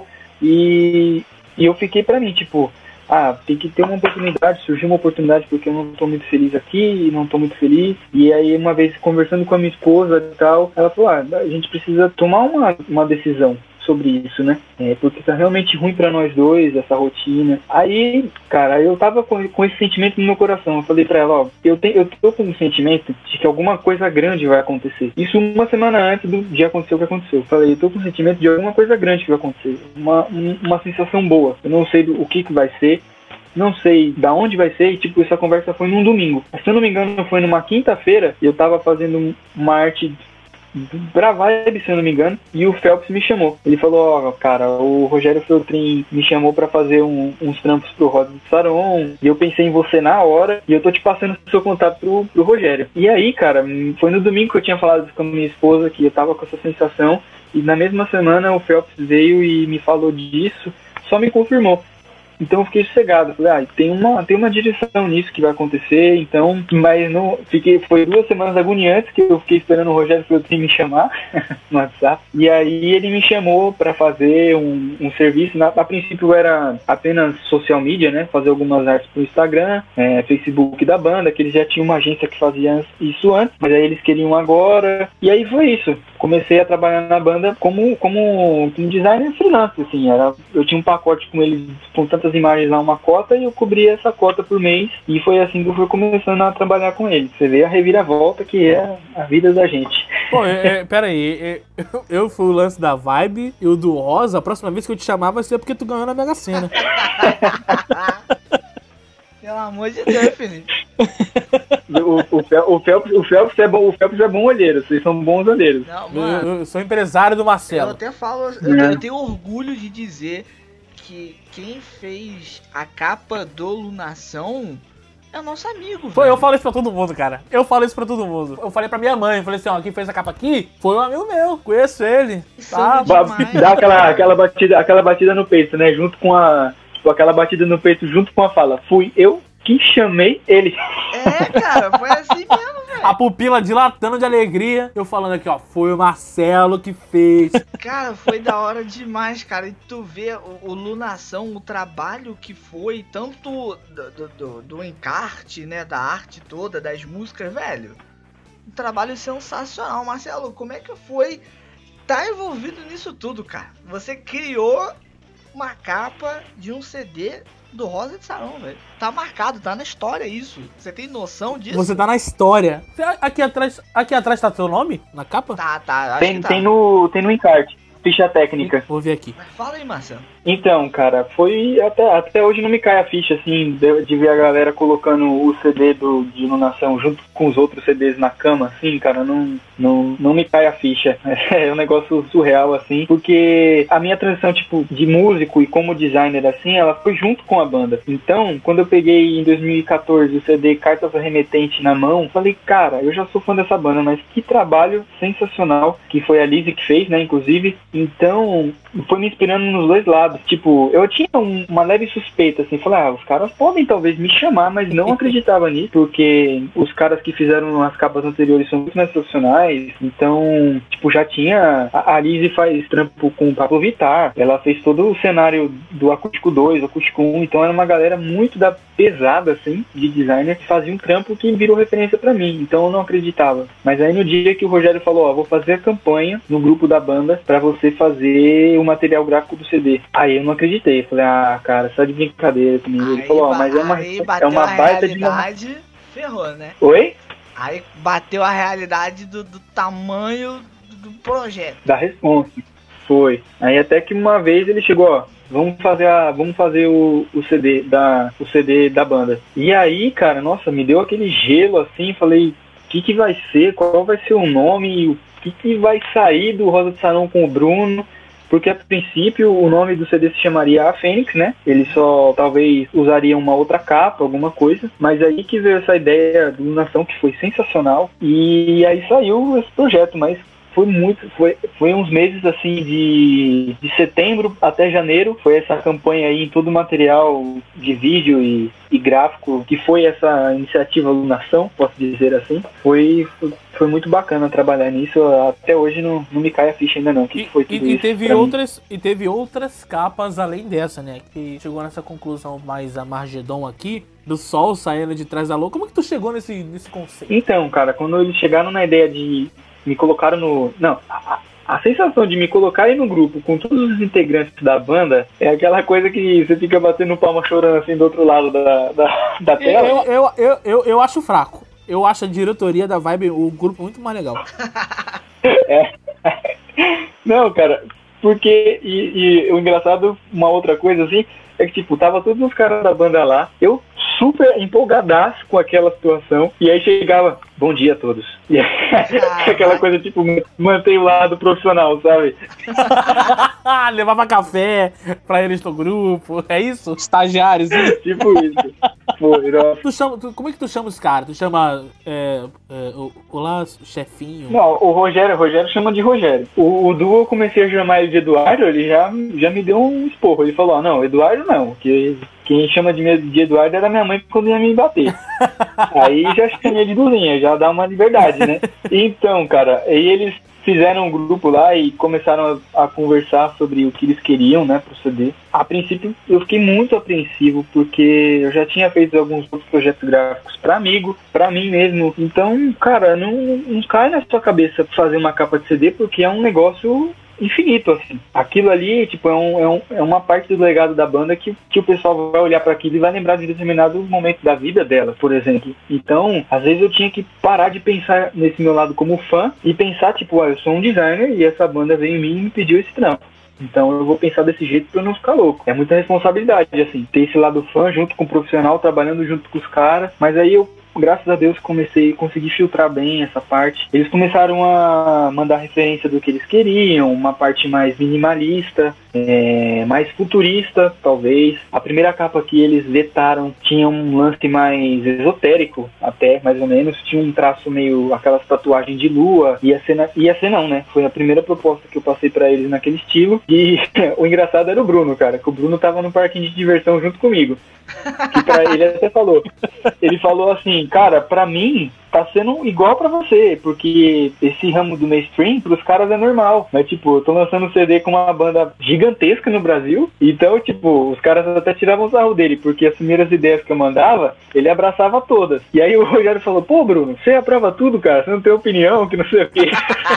e eu fiquei pra mim, tipo, tem que ter uma oportunidade, surgiu uma oportunidade porque eu não tô muito feliz aqui, não tô muito feliz. E aí, uma vez conversando com a minha esposa e tal, ela falou, a gente precisa tomar uma decisão sobre isso, né? Porque tá realmente ruim pra nós dois, essa rotina. Aí, cara, eu tava com esse sentimento no meu coração. Eu falei pra ela, eu tô com um sentimento de que alguma coisa grande vai acontecer. Isso uma semana antes de acontecer o que aconteceu. Eu falei, eu tô com um sentimento de alguma coisa grande que vai acontecer. Uma sensação boa. Eu não sei o que vai ser. Não sei da onde vai ser, e tipo, essa conversa foi num domingo. Se eu não me engano, foi numa quinta-feira, e eu tava fazendo uma arte pra Vibe, se eu não me engano, e o Phelps me chamou. Ele falou, cara, o Rogério Feltrin me chamou pra fazer uns trampos pro Rosa de Saron, e eu pensei em você na hora, e eu tô te passando o seu contato pro Rogério. E aí, cara, foi no domingo que eu tinha falado com a minha esposa, que eu tava com essa sensação, e na mesma semana o Phelps veio e me falou disso, só me confirmou. Então eu fiquei sossegado, falei, tem uma direção nisso que vai acontecer, então, mas não, foi 2 semanas agoniantes que eu fiquei esperando o Rogério Feltrin me chamar no WhatsApp, e aí ele me chamou para fazer um serviço, a princípio era apenas social media, né, fazer algumas artes pro Instagram, Facebook da banda, que eles já tinham uma agência que fazia isso antes, mas aí eles queriam agora, e aí foi isso. Comecei a trabalhar na banda como designer freelance, assim, eu tinha um pacote com eles, com tantas imagens lá, uma cota, e eu cobria essa cota por mês, e foi assim que eu fui começando a trabalhar com eles. Você vê a reviravolta que é a vida da gente. Pô, pera aí, eu fui o lance da Vibe e o do Rosa, a próxima vez que eu te chamar vai ser porque tu ganhou na Mega Sena. Pelo amor de Deus, Felipe. O Phelps é bom, o Phelps é bom olheiro, vocês são bons olheiros. Não, mano, eu sou empresário do Marcelo. Eu até falo, eu tenho orgulho de dizer que quem fez a capa do Lunação é o nosso amigo. Pô, eu falo isso pra todo mundo, cara. Eu falo isso pra todo mundo. Eu falei pra minha mãe, falei assim, quem fez a capa aqui foi um amigo meu. Conheço ele. Tá? Dá aquela batida no peito, né? Junto com aquela batida no peito junto com a fala. Fui eu que chamei ele. Cara, foi assim mesmo, velho. A pupila dilatando de alegria. Eu falando aqui, foi o Marcelo que fez. Cara, foi da hora demais, cara. E tu vê o Lunação, o trabalho que foi, tanto do encarte, né, da arte toda, das músicas, velho. Um trabalho sensacional. Marcelo, como é que foi tá envolvido nisso tudo, cara? Você criou uma capa de um CD do Rosa de Saron, velho. Tá marcado, tá na história isso. Você tem noção disso? Você tá na história. Aqui atrás tá teu nome? Na capa? Tá. Tem no encarte. Ficha técnica. Vou ver aqui. Mas fala aí, Marcelo. Então, cara, foi até hoje não me cai a ficha, assim, de ver a galera colocando o CD de Iluminação junto com os outros CDs na cama, assim, cara, não me cai a ficha. É um negócio surreal, assim, porque a minha transição, tipo, de músico e como designer, assim, ela foi junto com a banda. Então, quando eu peguei em 2014 o CD Cartas Arremetentes na mão, falei, cara, eu já sou fã dessa banda, mas que trabalho sensacional, que foi a Lizzy que fez, né, inclusive. Então, foi me inspirando nos dois lados. Tipo, eu tinha uma leve suspeita, assim, falei, os caras podem talvez me chamar, mas não acreditava nisso, porque os caras que fizeram as capas anteriores são muito mais profissionais, então, tipo, já tinha, a Lizzy faz trampo com o Pablo Vittar, ela fez todo o cenário do Acústico 2, Acústico 1, então era uma galera muito da pesada, assim, de designer, que fazia um trampo que virou referência pra mim, então eu não acreditava. Mas aí no dia que o Rogério falou, vou fazer a campanha no grupo da banda pra você fazer o material gráfico do CD. Aí eu não acreditei, falei, cara, só de brincadeira comigo. Ele falou, mas é uma baita de realidade, ferrou, né? Oi? Aí bateu a realidade do tamanho do projeto. Da responsa. Foi. Aí até que uma vez ele chegou, ó, vamos fazer o CD da banda. E aí, cara, nossa, me deu aquele gelo assim, falei, o que vai ser? Qual vai ser o nome? O que vai sair do Rosa de Saron com o Bruno? Porque a princípio o nome do CD se chamaria A Fênix, né? Ele só talvez usaria uma outra capa, alguma coisa. Mas aí que veio essa ideia do Lunação, que foi sensacional. E aí saiu esse projeto, mas foi uns meses assim de setembro até janeiro, foi essa campanha aí em todo o material de vídeo e gráfico, que foi essa iniciativa Lunação, posso dizer assim. Foi muito bacana trabalhar nisso, até hoje não me cai a ficha ainda não, que foi tudo isso. Teve outras capas além dessa, né, que chegou nessa conclusão mais Armagedon aqui, do sol saindo de trás da lua. Como é que tu chegou nesse conceito? Então, cara, quando eles chegaram na ideia de me colocaram no... Não, a sensação de me colocarem no grupo com todos os integrantes da banda é aquela coisa que você fica batendo palma chorando assim do outro lado da tela. Eu acho fraco. Eu acho a diretoria da Vibe, o grupo, muito mais legal. Não, cara, porque... E o engraçado, uma outra coisa assim, é que tipo, tava todos os caras da banda lá, eu super empolgadaço com aquela situação, e aí chegava, bom dia a todos. E aí, aquela coisa tipo, mantém o lado profissional, sabe? Levava café pra eles no grupo, é isso? Estagiários, né? Tipo isso. Foi, como é que tu chama os caras? Tu chama olá, chefinho? Não, o Rogério chama de Rogério. O duo eu comecei a chamar ele de Eduardo, ele já me deu um esporro. Ele falou, não, Eduardo não, que quem chama de Eduardo era minha mãe quando ia me bater. Aí já chamei de Durinha, já dá uma liberdade, né? Então, cara, aí eles fizeram um grupo lá e começaram a conversar sobre o que eles queriam, né, pro CD. A princípio, eu fiquei muito apreensivo, porque eu já tinha feito alguns outros projetos gráficos pra amigo, pra mim mesmo. Então, cara, não cai na sua cabeça fazer uma capa de CD, porque é um negócio infinito, assim. Aquilo ali, tipo, é uma parte do legado da banda que o pessoal vai olhar para aquilo e vai lembrar de determinado momento da vida dela, por exemplo. Então, às vezes eu tinha que parar de pensar nesse meu lado como fã e pensar, tipo, eu sou um designer e essa banda veio em mim e me pediu esse trampo. Então eu vou pensar desse jeito pra eu não ficar louco. É muita responsabilidade, assim, ter esse lado fã junto com o profissional, trabalhando junto com os caras. Mas aí eu, graças a Deus, consegui filtrar bem essa parte. Eles começaram a mandar referência do que eles queriam, uma parte mais minimalista, mais futurista, talvez. A primeira capa que eles vetaram tinha um lance mais esotérico, até, mais ou menos. Tinha um traço meio, aquelas tatuagens de lua. Ia ser não, né? Foi a primeira proposta que eu passei pra eles naquele estilo. E o engraçado era o Bruno, cara, que o Bruno tava no parquinho de diversão junto comigo. Que pra ele até falou. Ele falou assim, cara, pra mim tá sendo igual pra você, porque esse ramo do mainstream pros caras é normal, mas tipo, eu tô lançando um CD com uma banda gigantesca no Brasil, então tipo, os caras até tiravam sarro dele, porque as primeiras ideias que eu mandava, ele abraçava todas. E aí o Rogério falou, pô Bruno, você aprova tudo, cara, você não tem opinião, que não sei o quê.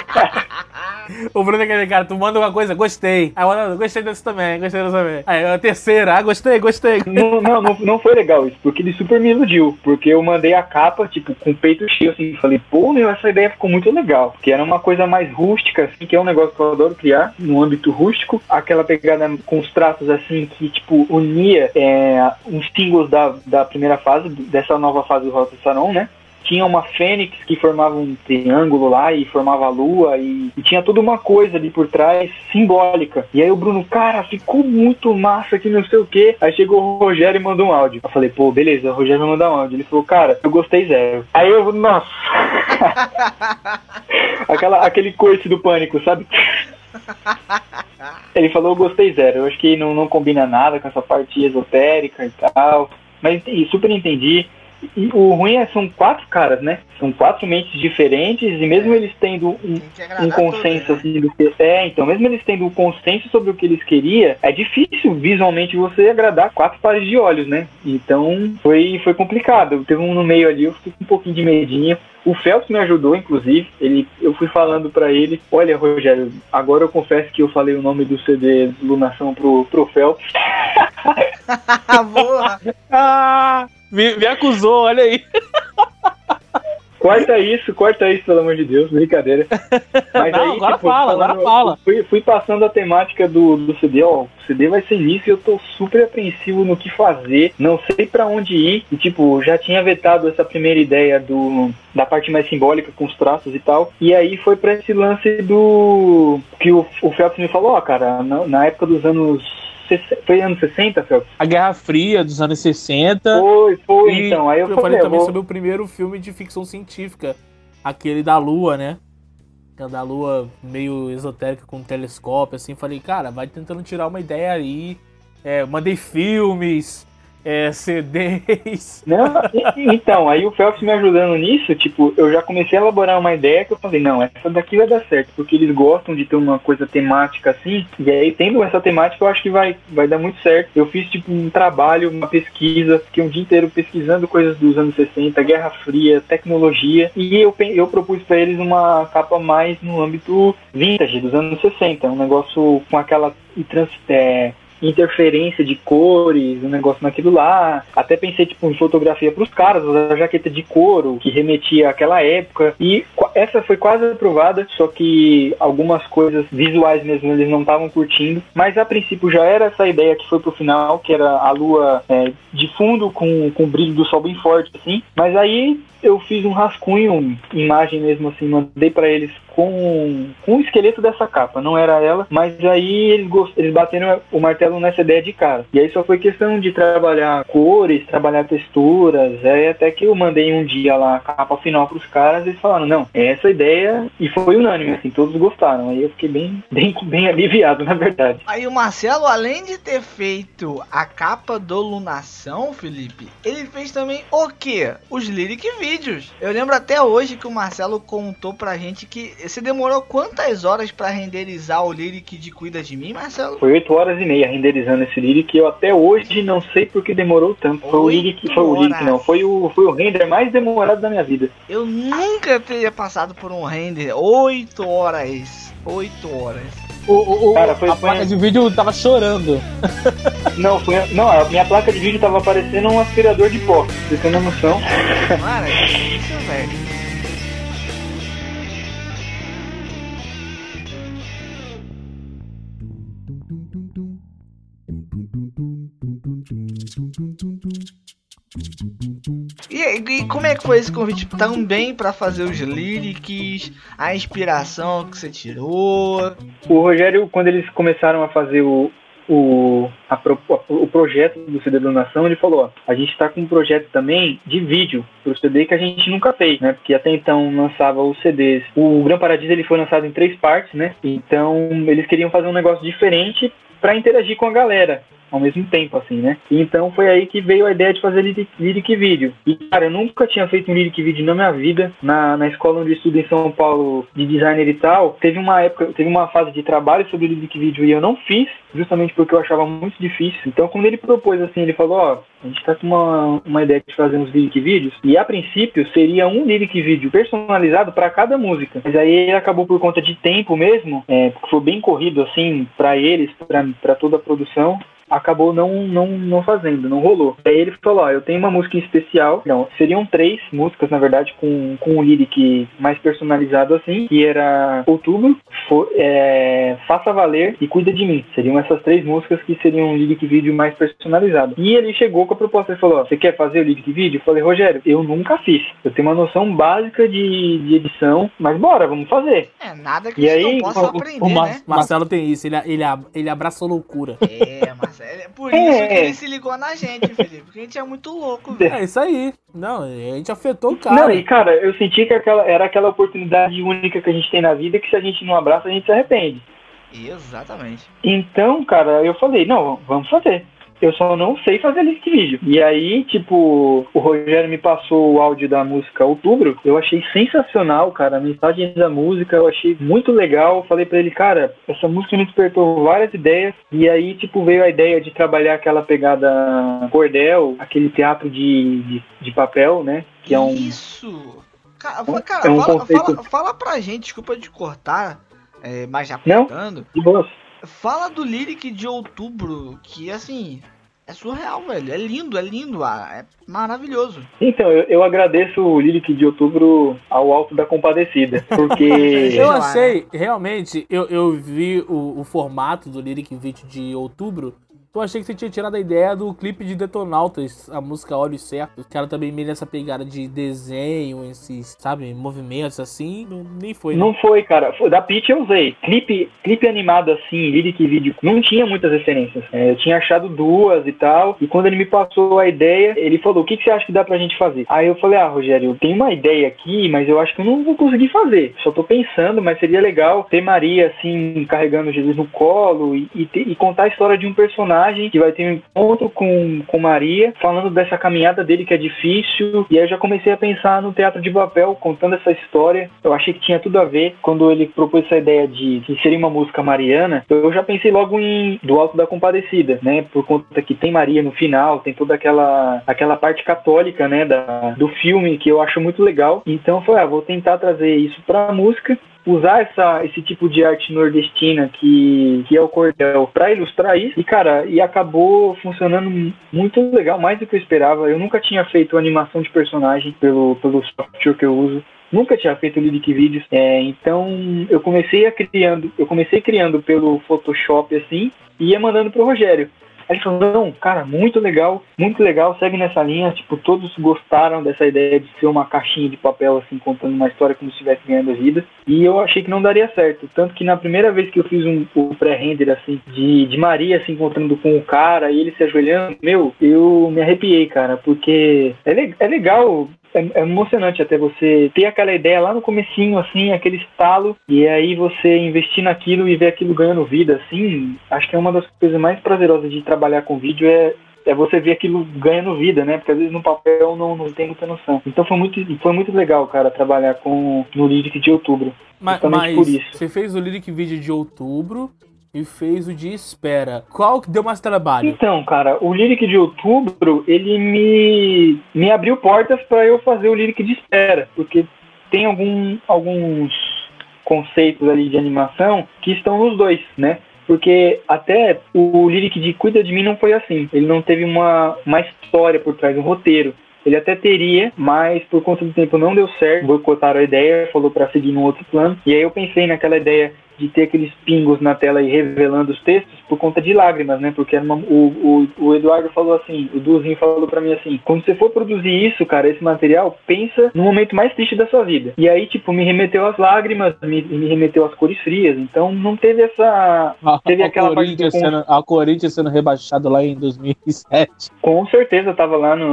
O Bruno é aquele cara, tu manda uma coisa, gostei. Aí eu gostei desse também, gostei desse também. Aí a terceira, gostei. Não foi legal isso, porque ele super me iludiu, porque eu mandei a capa, tipo, com o peito cheio, assim, falei, pô, meu, essa ideia ficou muito legal, porque era uma coisa mais rústica, assim, que é um negócio que eu adoro criar, no âmbito rústico, aquela pegada com os traços, assim, que, tipo, unia uns símbolos da primeira fase, dessa nova fase do Rosa de Saron, né? Tinha uma fênix que formava um triângulo lá e formava a lua e tinha toda uma coisa ali por trás simbólica. E aí o Bruno, cara, ficou muito massa que não sei o que. Aí chegou o Rogério e mandou um áudio. Eu falei, pô, beleza, o Rogério vai mandar um áudio. Ele falou, cara, eu gostei 0. Aí eu, nossa. Aquele coice do pânico, sabe? Ele falou, eu gostei 0. Eu acho que não combina nada com essa parte esotérica e tal. Mas super entendi. E o ruim são 4 caras, né? São 4 mentes diferentes e mesmo eles tendo um consenso assim do que então mesmo eles tendo um consenso sobre o que eles queriam, é difícil visualmente você agradar 4 pares de olhos, né? Então foi complicado. Teve um no meio ali, eu fiquei com um pouquinho de medinho. O Phelps me ajudou, inclusive. Eu fui falando pra ele, olha, Rogério, agora eu confesso que eu falei o nome do CD Lunação pro Phelps. Boa! Me acusou, olha aí. Corta isso, pelo amor de Deus, brincadeira. Mas Não, aí, agora tipo, fala. Fui passando a temática do CD, ó. O CD vai ser isso e eu tô super apreensivo no que fazer, não sei pra onde ir. E, tipo, já tinha vetado essa primeira ideia da parte mais simbólica com os traços e tal. E aí foi pra esse lance do... que o Phelps me falou, ó, cara, na época dos anos... Foi anos 60, Phelps? A Guerra Fria dos anos 60. Foi, E então. Aí eu falei também sobre o primeiro filme de ficção científica, aquele da Lua, né? Que é da Lua meio esotérica com um telescópio, assim. Falei, cara, vai tentando tirar uma ideia aí. Mandei filmes, CDs. Não, então, aí o Phelps me ajudando nisso, tipo, eu já comecei a elaborar uma ideia que eu falei, não, essa daqui vai dar certo, porque eles gostam de ter uma coisa temática assim, e aí tendo essa temática eu acho que vai dar muito certo. Eu fiz tipo um trabalho, uma pesquisa, fiquei um dia inteiro pesquisando coisas dos anos 60, Guerra Fria, tecnologia, e eu propus pra eles uma capa mais no âmbito vintage, dos anos 60, um negócio com aquela interferência de cores, um negócio naquilo lá. Até pensei tipo em fotografia pros caras, a jaqueta de couro que remetia àquela época. E essa foi quase aprovada, só que algumas coisas visuais mesmo eles não estavam curtindo. Mas a princípio já era essa ideia que foi pro final, que era a lua de fundo com o brilho do sol bem forte, assim. Mas aí eu fiz um rascunho, imagem mesmo assim, mandei pra eles com o esqueleto dessa capa, não era ela, mas aí eles bateram o martelo nessa ideia de cara. E aí só foi questão de trabalhar cores, trabalhar texturas, até que eu mandei um dia lá a capa final pros caras e eles falaram, não, é essa ideia, e foi unânime, assim, todos gostaram. Aí eu fiquei bem aliviado, na verdade. Aí o Marcelo, além de ter feito a capa do Lunação, Felipe, ele fez também o quê? Os lyric vídeos. Eu lembro até hoje que o Marcelo contou pra gente que você demorou quantas horas pra renderizar o lyric de Cuida de Mim, Marcelo? Foi 8 horas e meia renderizando esse lyric, eu até hoje não sei porque demorou tanto. Foi o render mais demorado da minha vida. Eu nunca teria passado por um render 8 horas. 8 horas. Cara, a placa de vídeo tava chorando. Não, a minha placa de vídeo tava parecendo um aspirador de pó. Vocês têm uma noção? Cara, que isso, velho? E como é que foi esse convite também pra fazer os lyrics, a inspiração que você tirou? O Rogério, quando eles começaram a fazer o projeto do CD do Nação, ele falou, ó, a gente tá com um projeto também de vídeo pro CD que a gente nunca fez, né, porque até então lançava os CDs, o Gran Paradiso ele foi lançado em 3 partes, né, então eles queriam fazer um negócio diferente pra interagir com a galera ao mesmo tempo, assim, né? Então foi aí que veio a ideia de fazer lyric vídeo. E, cara, eu nunca tinha feito um lyric vídeo na minha vida. Na escola onde eu estudo em São Paulo, de designer e tal, teve uma fase de trabalho sobre lyric vídeo e eu não fiz, justamente porque eu achava muito difícil. Então, quando ele propôs, assim, ele falou, ó, a gente tá com uma ideia de fazer uns lyric vídeos, e a princípio seria um lyric vídeo personalizado para cada música. Mas aí ele acabou por conta de tempo mesmo, porque foi bem corrido, assim, para eles, para toda a produção, acabou não fazendo, não rolou. Aí ele falou, ó, eu tenho uma música em especial, não, seriam 3 músicas, na verdade, com um lyric mais personalizado assim, que era Outubro, Faça Valer e Cuida de Mim. Seriam essas 3 músicas que seriam um lyric vídeo mais personalizado. E ele chegou com a proposta, ele falou, ó, você quer fazer o lyric vídeo? Eu falei, Rogério, eu nunca fiz. Eu tenho uma noção básica de edição, mas bora, vamos fazer. Nada que e você aí, não possa aprender, né? Marcelo tem isso, ele abraça a loucura. Marcelo. É por isso que ele se ligou na gente, Felipe. Porque a gente é muito louco, velho. É isso aí. Não, a gente afetou o cara. Não, e cara, eu senti que era aquela oportunidade única que a gente tem na vida, que se a gente não abraça, a gente se arrepende. Exatamente. Então, cara, eu falei, não, vamos fazer. Eu só não sei fazer lyric vídeo. E aí, tipo, o Rogério me passou o áudio da música Outubro. Eu achei sensacional, cara. A mensagem da música eu achei muito legal. Falei pra ele, cara, essa música me despertou várias ideias. E aí, tipo, veio a ideia de trabalhar aquela pegada cordel, aquele teatro de papel, né? Que é um... Isso! Cara, fala pra gente, desculpa de cortar, mas já cortando. De boa. Fala do lyric de Outubro, que assim, É surreal, velho. É lindo, é maravilhoso. Então, eu agradeço o Lyric de Outubro ao Alto da Compadecida, porque... Eu achei, realmente, eu vi o formato do Lyric Video de Outubro. Eu achei que você tinha tirado a ideia do clipe de Detonautas, a música Olhos Certos, que era também meio nessa pegada de desenho, esses, sabe, movimentos assim, nem foi. Né? Não foi, cara. Da Pitty eu usei. Clipe animado assim, lyric vídeo, não tinha muitas referências. Eu tinha achado 2 e tal, e quando ele me passou a ideia, ele falou, o que você acha que dá pra gente fazer? Aí eu falei, Rogério, eu tenho uma ideia aqui, mas eu acho que eu não vou conseguir fazer. Só tô pensando, mas seria legal ter Maria, assim, carregando Jesus no colo e contar a história de um personagem que vai ter um encontro com Maria, falando dessa caminhada dele que é difícil, e aí eu já comecei a pensar no teatro de papel, contando essa história. Eu achei que tinha tudo a ver. Quando ele propôs essa ideia de inserir uma música mariana, eu já pensei logo em Do Alto da Compadecida, né, por conta que tem Maria no final, tem toda aquela parte católica, né, do filme, que eu acho muito legal. Então eu falei, vou tentar trazer isso pra música, usar esse tipo de arte nordestina que é o cordel para ilustrar isso, e cara, acabou funcionando muito legal, mais do que eu esperava. Eu nunca tinha feito animação de personagem pelo software que eu uso, nunca tinha feito lyric vídeos, então eu comecei criando pelo Photoshop assim, e ia mandando pro Rogério. Aí ele falou, não, cara, muito legal, segue nessa linha, tipo, todos gostaram dessa ideia de ser uma caixinha de papel, assim, contando uma história como se estivesse ganhando vida, e eu achei que não daria certo, tanto que na primeira vez que eu fiz o pré-render, assim, de Maria se encontrando com o cara, e ele se ajoelhando, eu me arrepiei, cara, porque é legal... É emocionante até você ter aquela ideia lá no comecinho, assim, aquele estalo, e aí você investir naquilo e ver aquilo ganhando vida, assim. Acho que é uma das coisas mais prazerosas de trabalhar com vídeo, é você ver aquilo ganhando vida, né? Porque às vezes no papel não tem muita noção. Então foi muito legal, cara, trabalhar no Lyric de Outubro. Mas por isso. Você fez o Lyric Video de Outubro e fez o de Espera. Qual que deu mais trabalho? Então, cara, o Lyric de Outubro, ele me abriu portas para eu fazer o Lyric de Espera, porque tem alguns conceitos ali de animação que estão nos dois, né? Porque até o Lyric de Cuida de Mim não foi assim. Ele não teve uma história por trás, um roteiro. Ele até teria, mas por conta do tempo não deu certo. Boicotaram a ideia, falou para seguir num outro plano. E aí eu pensei naquela ideia de ter aqueles pingos na tela e revelando os textos por conta de lágrimas, né? Porque o Eduardo falou assim, o Duzinho falou pra mim assim, quando você for produzir isso, cara, esse material, pensa no momento mais triste da sua vida. E aí, tipo, me remeteu às lágrimas, me remeteu às cores frias, então não teve essa... Teve aquela parte a Corinthians sendo rebaixado lá em 2007. Com certeza, tava lá no...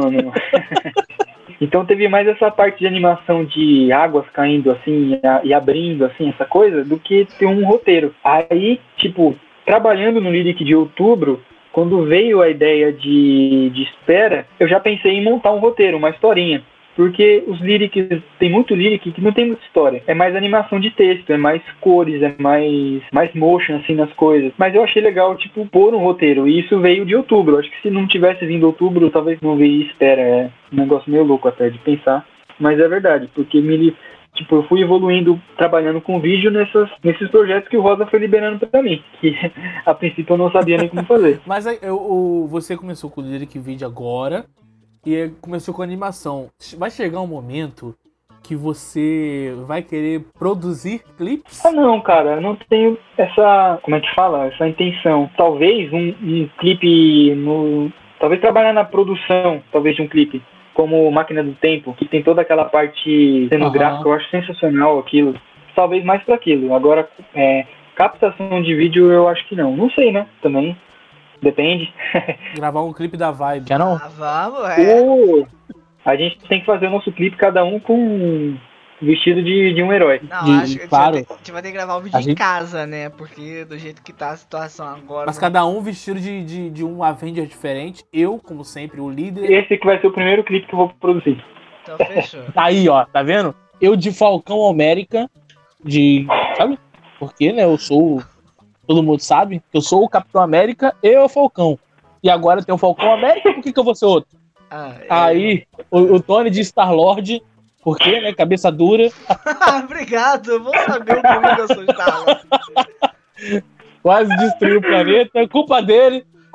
Então teve mais essa parte de animação de águas caindo assim e abrindo assim, essa coisa, do que ter um roteiro. Aí, tipo, trabalhando no Lyric de Outubro, quando veio a ideia de Espera, eu já pensei em montar um roteiro, uma historinha. Porque os lyrics, tem muito lyric que não tem muita história. É mais animação de texto, é mais cores, é mais motion, assim, nas coisas. Mas eu achei legal, tipo, pôr um roteiro. E isso veio de Outubro. Acho que se não tivesse vindo Outubro, talvez não veio Espera. É um negócio meio louco até de pensar. Mas é verdade, porque eu fui evoluindo, trabalhando com vídeo nesses projetos que o Rosa foi liberando pra mim. Que a princípio eu não sabia nem como fazer. Mas aí, você começou com o Lyric Video agora... E começou com a animação. Vai chegar um momento que você vai querer produzir clipes? Não, cara. Eu não tenho essa... Como é que fala? Essa intenção. Talvez um clipe... Talvez trabalhar na produção, talvez, de um clipe. Como Máquina do Tempo, que tem toda aquela parte cenográfica. Eu acho sensacional aquilo. Talvez mais pra aquilo. Agora, captação de vídeo, eu acho que não. Não sei, né? Também. Depende. Gravar um clipe da Vibe. Já não? Vamos, A gente tem que fazer o nosso clipe, cada um com um vestido de um herói. Não, acho que claro. a gente vai ter que gravar um vídeo em casa, né? Porque do jeito que tá a situação agora... Mas cada um vestido de um Avenger diferente. Eu, como sempre, o líder... Esse que vai ser o primeiro clipe que eu vou produzir. Então fechou. Aí, ó, tá vendo? Eu de Falcão América, sabe? Porque, né, eu sou... Todo mundo sabe que eu sou o Capitão América e o Falcão. E agora tem o Falcão América, por que eu vou ser outro? Aí, o Tony de Star-Lord, porque, né, cabeça dura. Obrigado, eu vou saber o que eu sou Star-Lord. Quase destruiu o planeta, culpa dele,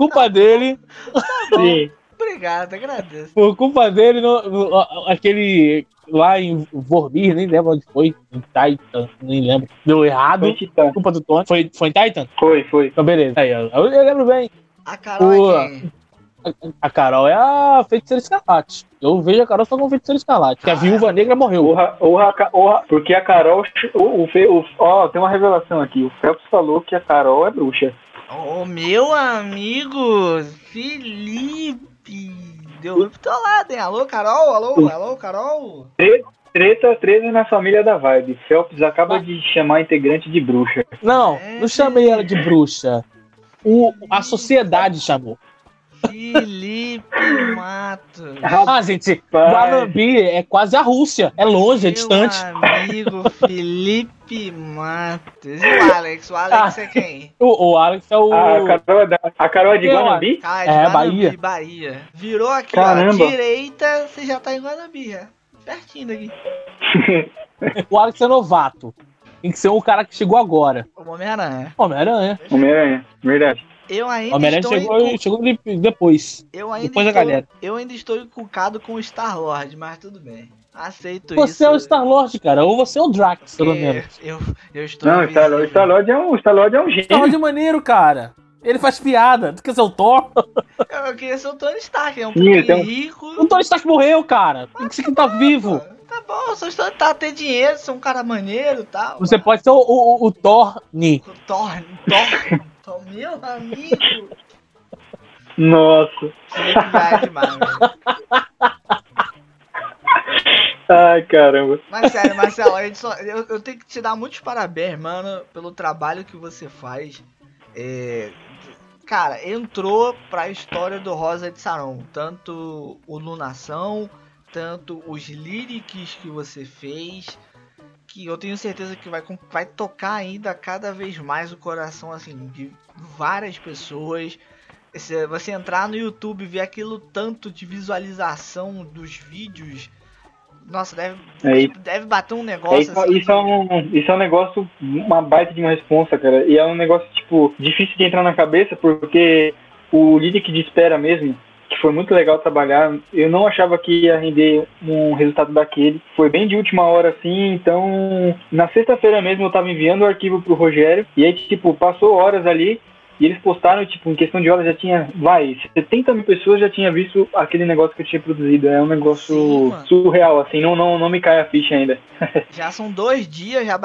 culpa dele. Sim. Obrigado, agradeço. Por culpa dele, aquele lá em Vormir, nem lembro onde foi. Em Titan, nem lembro. Deu errado. Foi Titã. Culpa do Tony. Foi em Titan? Foi. Então, beleza. Aí, eu lembro bem. A Carol é quem? A Carol é a Feiticeira Escarlate. Eu vejo a Carol só como Feiticeira Escarlate. Que a Viúva Negra morreu. Porque a Carol. Ó, tem uma revelação aqui. O Phelps falou que a Carol é bruxa. O meu amigo Felipe. Deu oi pro teu lado, hein? Alô, Carol? Alô, Carol? Treta na família da Vibe. Phelps acaba de chamar a integrante de bruxa. Não chamei ela de bruxa. A sociedade chamou. Felipe Matos. Gente, Guanambi é quase a Rússia. É longe, é distante. Meu amigo Felipe Matos. E o Alex? O Alex é quem? O Alex é o... A Carol é de Guanambi? Ah, É, Guanambi, Bahia. Virou aqui, Caramba. ó, direita, você já tá em Guanambi, já. Pertinho daqui. O Alex é novato. Tem que ser o cara que chegou agora. O Homem-Aranha. Homem-Aranha. Homem-Aranha, verdade. Eu ainda Homem-Aranha estou chegou depois. Depois da galera. Eu ainda estou encucado com o Star-Lord, mas tudo bem. Aceito Você isso. é o Star-Lord, cara. Ou você é o Drax, pelo menos. Eu estou Não, invisível. Star-Lord é um gênio. Star-Lord é maneiro, cara. Ele faz piada. Tu quer ser o Thor? Eu queria ser o Tony Stark, é um Sim, pouquinho então- rico. O Tony Stark morreu, cara. Tem que ser que tá vivo. Tá bom, só estou tá ter dinheiro, ser um cara maneiro e tal. Você pode ser o Thorne. Thor, meu amigo. Nossa. Felipe já é demais, velho. Ai, caramba. Mas sério, Marcelo, eu tenho que te dar muitos parabéns, mano, pelo trabalho que você faz. Cara, entrou pra história do Rosa de Saron. Tanto o Lunação, tanto os lyrics que você fez. Que eu tenho certeza que vai tocar ainda cada vez mais o coração, assim, de várias pessoas. Se você entrar no YouTube e ver aquilo tanto de visualização dos vídeos, nossa, deve bater um negócio assim. Isso é um negócio, uma baita de uma responsa, cara. E é um negócio, tipo, difícil de entrar na cabeça, porque o lyric de espera mesmo, que foi muito legal trabalhar, eu não achava que ia render um resultado daquele. Foi bem de última hora, assim, então na sexta-feira mesmo eu tava enviando o arquivo pro Rogério, e aí, tipo, passou horas ali, e eles postaram, tipo, em questão de horas já tinha, 70 mil pessoas já tinha visto aquele negócio que eu tinha produzido. É um negócio Sim, surreal, assim, não me cai a ficha ainda. Já são 2 dias, já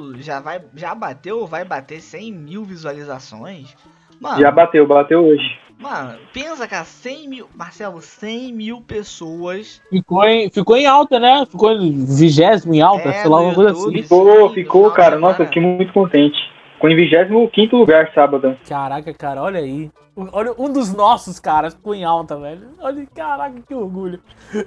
bateu ou vai bater 100 mil visualizações. Mano, Já bateu hoje. Mano, pensa, cara, 100 mil, Marcelo, 100 mil pessoas. Ficou em alta, né? Ficou em 20º em alta, sei lá, no uma coisa YouTube. assim. Ficou, cara. Nossa, eu fiquei muito contente. Ficou em 25º lugar sábado. Caraca, cara, olha aí. Olha, um dos nossos caras ficou em alta, velho. Olha, caraca, que orgulho.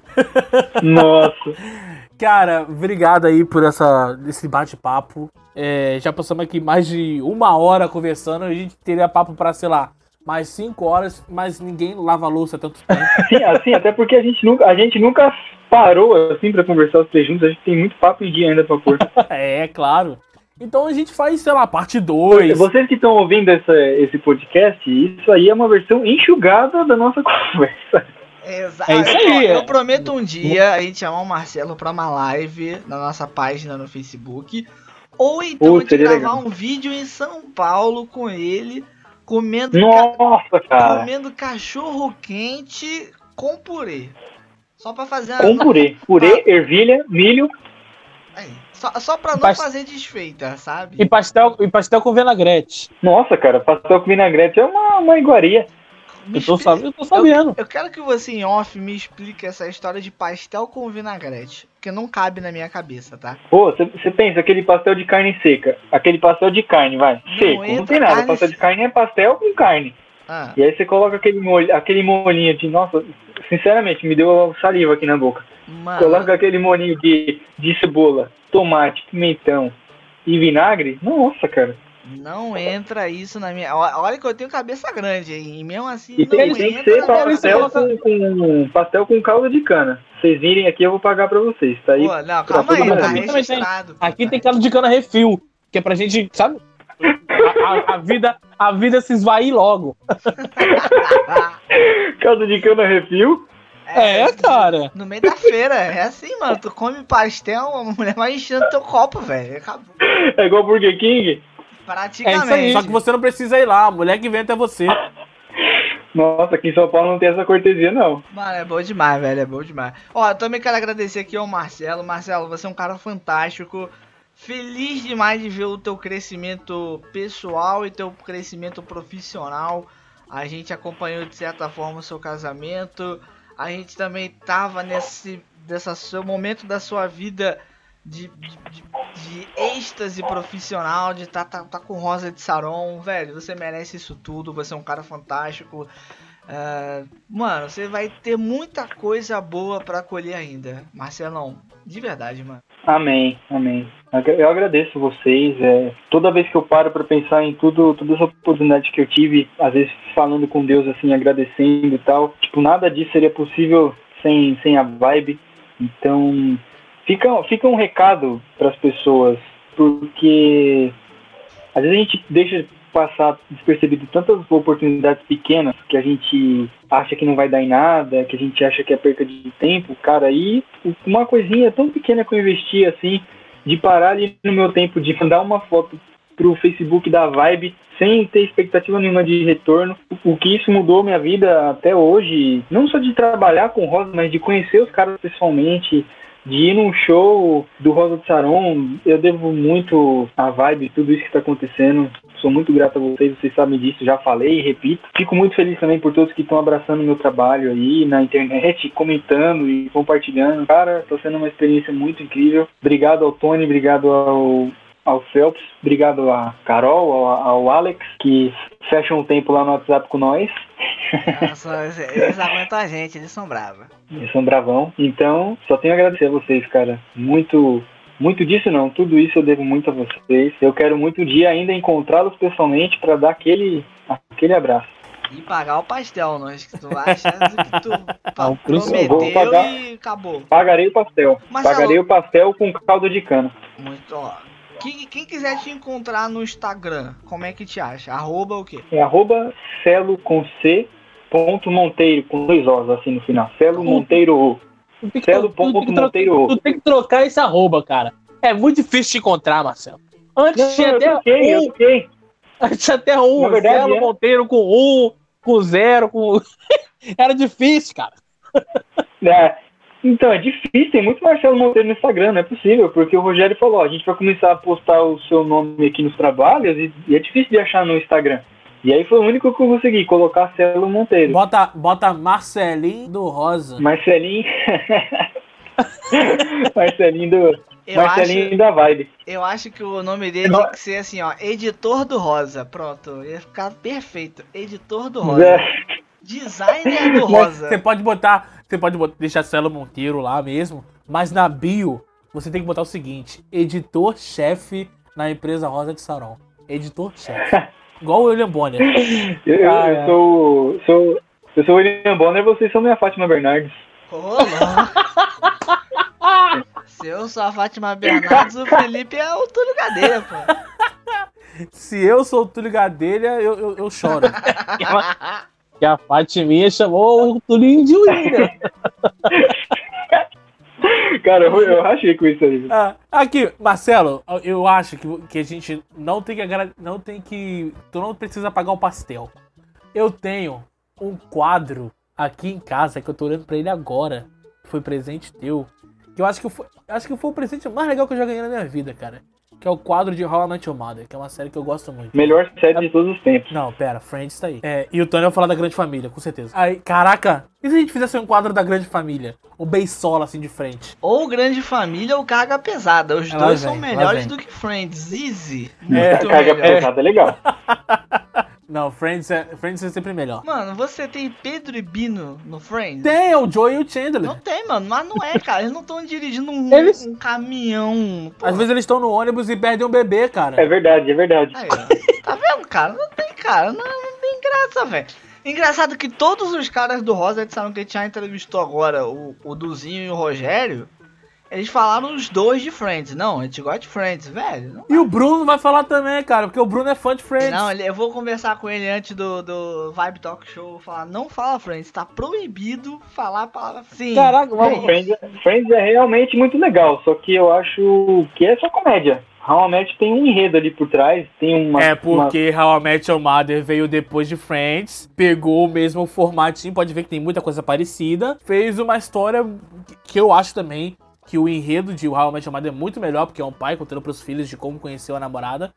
Nossa. Cara, obrigado aí por esse bate-papo. Já passamos aqui mais de 1 hora conversando. A gente teria papo pra, sei lá, mais 5 horas, mas ninguém lava a louça há tanto tempo. Assim, até porque a gente nunca parou assim pra conversar os três juntos. A gente tem muito papo em dia ainda pra pôr. Claro. Então a gente faz, sei lá, parte 2. Vocês que estão ouvindo esse podcast, isso aí é uma versão enxugada da nossa conversa. Exato. É isso aí, Eu prometo um dia a gente chamar o Marcelo pra uma live na nossa página no Facebook. Ou então a gente seria gravar legal. um vídeo em São Paulo com ele comendo, Nossa, cara. comendo cachorro quente com purê. Só pra fazer Com purê. Purê, ervilha, milho. Aí, só pra não Pastel. fazer desfeita, sabe? E pastel com vinagrete. Nossa, cara, pastel com vinagrete é uma iguaria. Me Eu tô expli- sabendo. Eu quero que você em off me explique essa história de pastel com vinagrete. Porque não cabe na minha cabeça, tá? Pô, você pensa, aquele pastel de carne seca. Aquele pastel de carne, vai. Seco, entra não tem nada. carne Pastel de carne é pastel com carne. Ah, E aí você coloca aquele molinho de... Nossa, sinceramente, me deu saliva aqui na boca. mano. Coloca aquele molinho de cebola, tomate, pimentão e vinagre. Nossa, cara. Não entra isso na minha. Olha que eu tenho cabeça grande, hein? E mesmo assim, E não tem que entra ser na minha pastel cabeça. pastel com calda de cana. Vocês virem aqui, eu vou pagar pra vocês. Tá aí. Pô, não, pra calma todo aí, mundo. tá Aqui também tem. registrado. Aqui tem caldo de cana refil, que é pra gente, sabe? A vida se esvair logo. Caldo de cana refil. Cara. No meio da feira. É assim, mano. Tu come pastel, a mulher vai enchendo teu copo, velho. Acabou. É igual Burger King? Praticamente. É isso aí. Só que você não precisa ir lá, a mulher que vem até você. Nossa, aqui em São Paulo não tem essa cortesia, não. Mano, é bom demais, velho. É bom demais. Ó, eu também quero agradecer aqui ao Marcelo. Marcelo, você é um cara fantástico. Feliz demais de ver o teu crescimento pessoal e teu crescimento profissional. A gente acompanhou de certa forma o seu casamento. A gente também tava nesse seu momento da sua vida de êxtase profissional, de tá com Rosa de Saron. Velho, você merece isso tudo. Você é um cara fantástico. Mano, você vai ter muita coisa boa pra colher ainda. Marcelão, de verdade, mano. Amém, amém. Eu agradeço vocês. Toda vez que eu paro pra pensar em todas as oportunidades que eu tive, às vezes falando com Deus, assim, agradecendo e tal, tipo, nada disso seria possível sem a Vibe. Então, fica um recado pras pessoas, porque às vezes a gente deixa passar despercebido tantas oportunidades pequenas que a gente acha que não vai dar em nada, que a gente acha que é perca de tempo, cara, e uma coisinha tão pequena que eu investi, assim, de parar ali no meu tempo, de mandar uma foto pro Facebook da Vibe, sem ter expectativa nenhuma de retorno, o que isso mudou minha vida até hoje, não só de trabalhar com Rosa, mas de conhecer os caras pessoalmente, de ir num show do Rosa de Saron. Eu devo muito à Vibe, tudo isso que está acontecendo. Sou muito grato a vocês sabem disso, já falei e repito. Fico muito feliz também por todos que estão abraçando o meu trabalho aí na internet, comentando e compartilhando. Cara, está sendo uma experiência muito incrível. Obrigado ao Tony, obrigado ao Phelps, obrigado a Carol, ao Alex, que fecham um tempo lá no WhatsApp com nós. Nossa, eles aguentam a gente, eles são bravos. Eles são bravão. Então, só tenho a agradecer a vocês, cara. Muito disso não, tudo isso eu devo muito a vocês. Eu quero muito um dia ainda encontrá-los pessoalmente para dar aquele abraço. E pagar o pastel, não acho que tu acha que tu vou prometeu pagar, e acabou. Pagarei o pastel. Marcelo, pagarei o pastel com caldo de cana. Muito, ó. Quem quiser te encontrar no Instagram, como é que te acha? Arroba o quê? É @celo com C ponto Monteiro, com 2 Os assim no final. Celo Monteiro. Celo.monteiro. Tu tem que trocar esse arroba, cara. É muito difícil de encontrar, Marcelo. Antes tinha até eu troquei. Antes até um. Na verdade, Celo Monteiro com 0, com... Era difícil, cara. Então, é difícil, tem muito Marcelo Monteiro no Instagram, não é possível, porque o Rogério falou, a gente vai começar a postar o seu nome aqui nos trabalhos e é difícil de achar no Instagram. E aí foi o único que eu consegui, colocar Celo Monteiro. Bota Marcelinho do Rosa. Marcelinho da Vibe. Eu acho que o nome dele tem que ser assim, ó, Editor do Rosa. Pronto, ia ficar perfeito. Editor do Rosa. Designer do Rosa. Você pode deixar Celo Monteiro lá mesmo, mas na bio você tem que botar o seguinte: editor-chefe na empresa Rosa de Saron. Editor-chefe. Igual o William Bonner. Eu sou o William Bonner, vocês são minha Fátima Bernardes. Se eu sou a Fátima Bernardes, o Felipe é o Túlio Gadelha, pô. Se eu sou o Túlio Gadelha, eu choro. Que a Fatiminha chamou o Tulinho de William. Cara, eu rachei com isso aí. Aqui, Marcelo, eu acho que a gente tu não precisa pagar o pastel. Eu tenho um quadro aqui em casa que eu tô olhando pra ele agora. Que foi presente teu. Que eu acho que foi o presente mais legal que eu já ganhei na minha vida, cara. Que é o quadro de How I Met Your Mother, que é uma série que eu gosto muito. Melhor série de todos os tempos. Não, pera, Friends tá aí. E o Tony vai falar da Grande Família, com certeza. Aí, caraca, e se a gente fizesse um quadro da Grande Família? O Beisola, assim, de frente. Ou Grande Família ou Carga Pesada. Os dois são melhores do que Friends. Easy. Carga Pesada é legal. Não, Friends é sempre melhor. Mano, você tem Pedro e Bino no Friends? Tem, é o Joey e o Chandler. Não tem, mano, mas não é, cara. Eles não estão dirigindo um caminhão. Porra. Às vezes eles estão no ônibus e perdem um bebê, cara. É verdade. Aí, tá vendo, cara? Não tem, cara. Não tem graça, velho. Engraçado que todos os caras do Rosa de Saron que a gente já entrevistou agora, o Duzinho e o Rogério, Eles falaram os dois de Friends. Não, a gente gosta de Friends, velho. Não, E o Bruno vai falar também, cara, porque o Bruno é fã de Friends. não, eu vou conversar com ele antes do Vibe Talk Show. Vou falar, não fala Friends, tá proibido falar a palavra sim. Caraca, vamos. Friends é realmente muito legal, só que eu acho que é só comédia. How I Met tem um enredo ali por trás, tem uma... É porque How I Met Your Mother veio depois de Friends, pegou o mesmo formatinho, pode ver que tem muita coisa parecida, fez uma história que eu acho também que o enredo de How I Met Your Mother é muito melhor, porque é um pai contando pros filhos de como conheceu a namorada.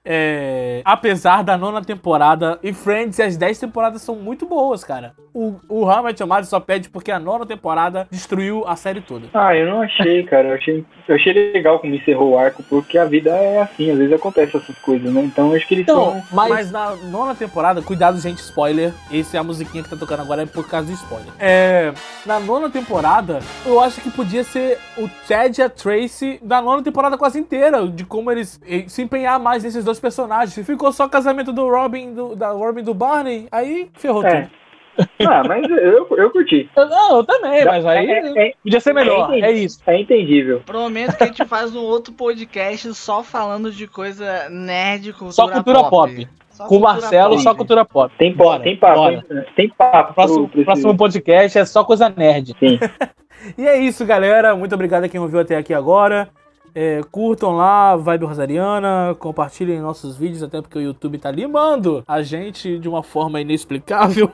Apesar da 9ª temporada, e Friends e as 10 temporadas são muito boas, cara. O How I Met Your Mother só pede porque a 9ª temporada destruiu a série toda. Ah, eu não achei, cara. Eu achei legal como encerrou o arco, porque a vida é assim, às vezes acontece essas coisas, né? Então eu acho que eles Então, são... mas na 9ª temporada, cuidado, gente, spoiler. Essa é a musiquinha que tá tocando agora, é por causa do spoiler. Na 9ª temporada, eu acho que podia ser o Ted e a Tracy da 9ª temporada quase inteira, de como eles se empenhar mais nesses dois personagens. Se ficou só o casamento do Robin, da Robin do Barney, aí ferrou tudo. Ah, mas eu curti. Eu também, mas aí podia ser melhor, é isso. É entendível. Prometo que a gente faz um outro podcast só falando de coisa nerd, cultura Só cultura pop. Só Com o cultura Marcelo, pop. só cultura pop. Tem Bora, papo, bora. tem papo. Próximo podcast é só coisa nerd. Sim. E é isso, galera. Muito obrigado a quem ouviu até aqui agora. Curtam lá, Vibe Rosariana, compartilhem nossos vídeos, até porque o YouTube tá limando a gente de uma forma inexplicável.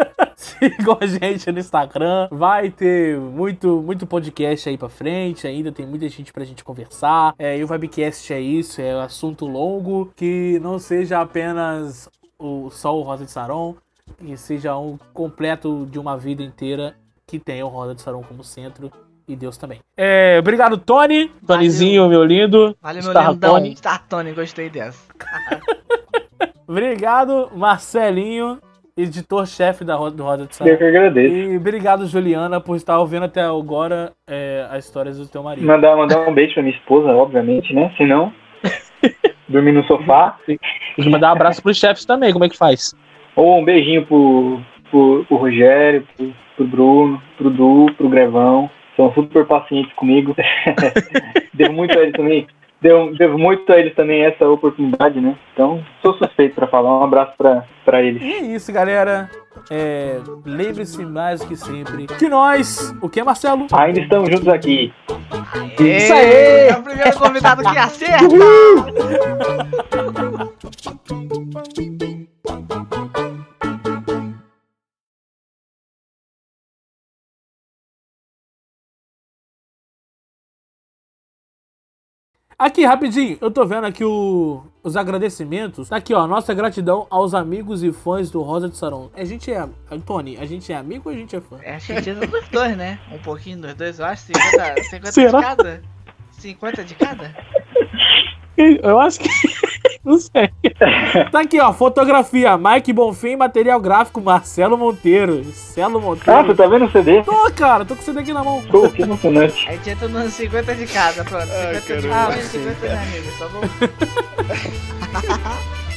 Sigam a gente no Instagram, vai ter muito podcast aí pra frente, ainda tem muita gente pra gente conversar. E o Vibecast é isso, é um assunto longo, que não seja apenas só o Rosa de Saron, que seja um completo de uma vida inteira que tenha o Rosa de Saron como centro. E Deus também. Obrigado, Tony. Tonyzinho, meu lindo. Valeu, meu Star lindão. Tony. Star Tony, gostei dessa. Obrigado, Marcelinho, editor-chefe do Roda de Saron. Eu que agradeço. E obrigado, Juliana, por estar ouvindo até agora as histórias do teu marido. Mandar um beijo pra minha esposa, obviamente, né? Senão, dormir no sofá. Tem que mandar um abraço pros chefes também, como é que faz? Ou um beijinho pro Rogério, pro Bruno, pro Du, pro Grevão. São super pacientes comigo. Devo muito a eles também. Devo muito a eles também essa oportunidade, né? Então, sou suspeito pra falar. Um abraço pra eles. E é isso, galera. Lembre-se mais do que sempre que nós, o que, Marcelo? Ainda estamos juntos aqui. Isso aí! É o primeiro convidado que acerta! Aqui, rapidinho, eu tô vendo aqui os agradecimentos. Tá aqui, ó, nossa gratidão aos amigos e fãs do Rosa de Saron. Tony, a gente é amigo ou a gente é fã? A gente é dos dois, né? Um pouquinho dos dois, eu acho. 50 de Será? cada? 50 de cada? Eu acho que... Não sei. Tá aqui, ó, fotografia, Mike Bonfim, material gráfico, Marcelo Monteiro. Ah, você tá vendo o CD? Tô, cara, tô com o CD aqui na mão. Pô, que emocionante. A gente entra nos 50 de cada, pronto. 50 de cada e 50 de amigos, tá bom?